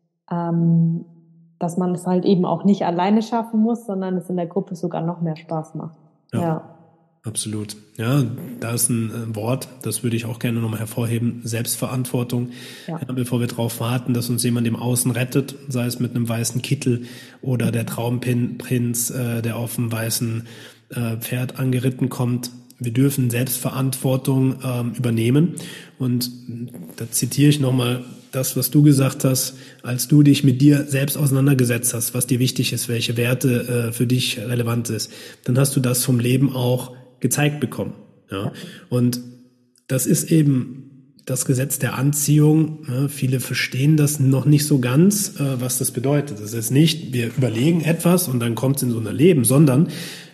dass man es halt eben auch nicht alleine schaffen muss, sondern es in der Gruppe sogar noch mehr Spaß macht. Ja. Absolut. Ja, da ist ein Wort, das würde ich auch gerne nochmal hervorheben, Selbstverantwortung. Ja, bevor wir darauf warten, dass uns jemand im Außen rettet, sei es mit einem weißen Kittel oder der Traumprinz, der auf dem weißen Pferd angeritten kommt. Wir dürfen Selbstverantwortung übernehmen. Und da zitiere ich nochmal das, was du gesagt hast, als du dich mit dir selbst auseinandergesetzt hast, was dir wichtig ist, welche Werte für dich relevant ist. Dann hast du das vom Leben auch gezeigt bekommen. Ja? Und das ist eben das Gesetz der Anziehung. Ja? Viele verstehen das noch nicht so ganz, was das bedeutet. Das ist nicht, wir überlegen etwas und dann kommt es in so ein Leben, sondern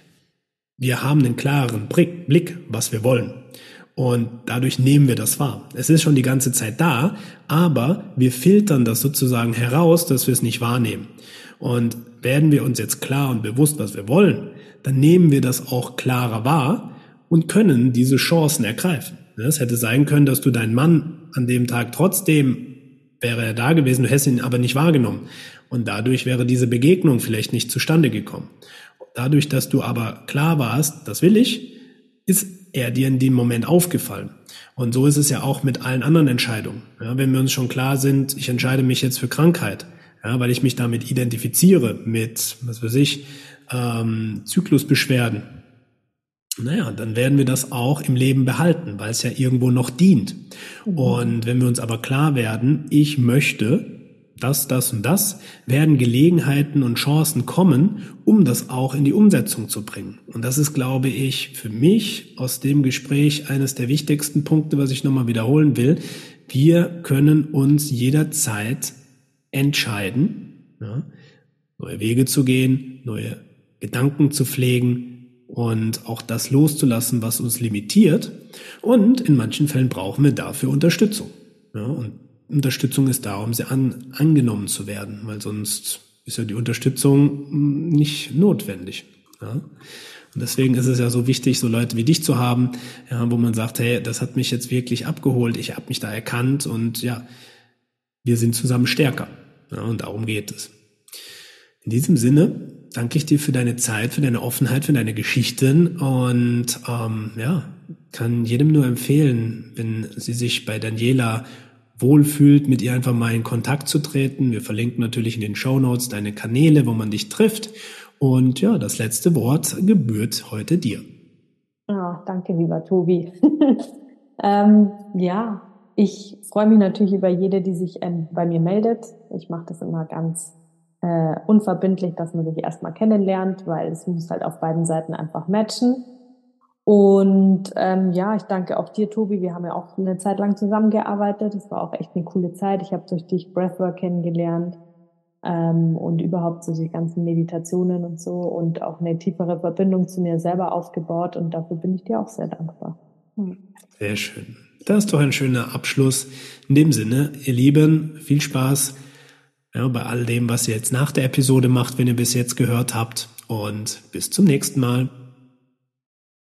wir haben einen klaren Blick, was wir wollen. Und dadurch nehmen wir das wahr. Es ist schon die ganze Zeit da, aber wir filtern das sozusagen heraus, dass wir es nicht wahrnehmen. Und werden wir uns jetzt klar und bewusst, was wir wollen, dann nehmen wir das auch klarer wahr und können diese Chancen ergreifen. Es hätte sein können, dass du deinen Mann an dem Tag trotzdem, wäre er da gewesen, du hättest ihn aber nicht wahrgenommen. Und dadurch wäre diese Begegnung vielleicht nicht zustande gekommen. Dadurch, dass du aber klar warst, das will ich, ist er dir in dem Moment aufgefallen. Und so ist es ja auch mit allen anderen Entscheidungen. Ja, wenn wir uns schon klar sind, ich entscheide mich jetzt für Krankheit, ja, weil ich mich damit identifiziere, mit, was weiß ich, Zyklusbeschwerden. Naja, dann werden wir das auch im Leben behalten, weil es ja irgendwo noch dient. Und wenn wir uns aber klar werden, ich möchte das und das, werden Gelegenheiten und Chancen kommen, um das auch in die Umsetzung zu bringen. Und das ist, glaube ich, für mich aus dem Gespräch eines der wichtigsten Punkte, was ich nochmal wiederholen will. Wir können uns jederzeit entscheiden, ja, neue Wege zu gehen, neue Gedanken zu pflegen und auch das loszulassen, was uns limitiert. Und in manchen Fällen brauchen wir dafür Unterstützung. Ja, und Unterstützung ist da, um sie angenommen zu werden, weil sonst ist ja die Unterstützung nicht notwendig. Ja? Und deswegen ist es ja so wichtig, so Leute wie dich zu haben, ja, wo man sagt, hey, das hat mich jetzt wirklich abgeholt, ich habe mich da erkannt und ja, wir sind zusammen stärker. Ja, und darum geht es. In diesem Sinne danke ich dir für deine Zeit, für deine Offenheit, für deine Geschichten und kann jedem nur empfehlen, wenn sie sich bei Daniela wohlfühlt, mit ihr einfach mal in Kontakt zu treten. Wir verlinken natürlich in den Shownotes deine Kanäle, wo man dich trifft. Und ja, das letzte Wort gebührt heute dir. Ja, danke, lieber Tobi. Ich freue mich natürlich über jede, die sich bei mir meldet. Ich mache das immer ganz unverbindlich, dass man sich erstmal kennenlernt, weil es muss halt auf beiden Seiten einfach matchen. Und ich danke auch dir, Tobi. Wir haben ja auch eine Zeit lang zusammengearbeitet. Das war auch echt eine coole Zeit. Ich habe durch dich Breathwork kennengelernt und überhaupt so die ganzen Meditationen und so und auch eine tiefere Verbindung zu mir selber aufgebaut. Und dafür bin ich dir auch sehr dankbar. Sehr schön. Das ist doch ein schöner Abschluss. In dem Sinne, ihr Lieben, viel Spaß bei all dem, was ihr jetzt nach der Episode macht, wenn ihr bis jetzt gehört habt. Und bis zum nächsten Mal.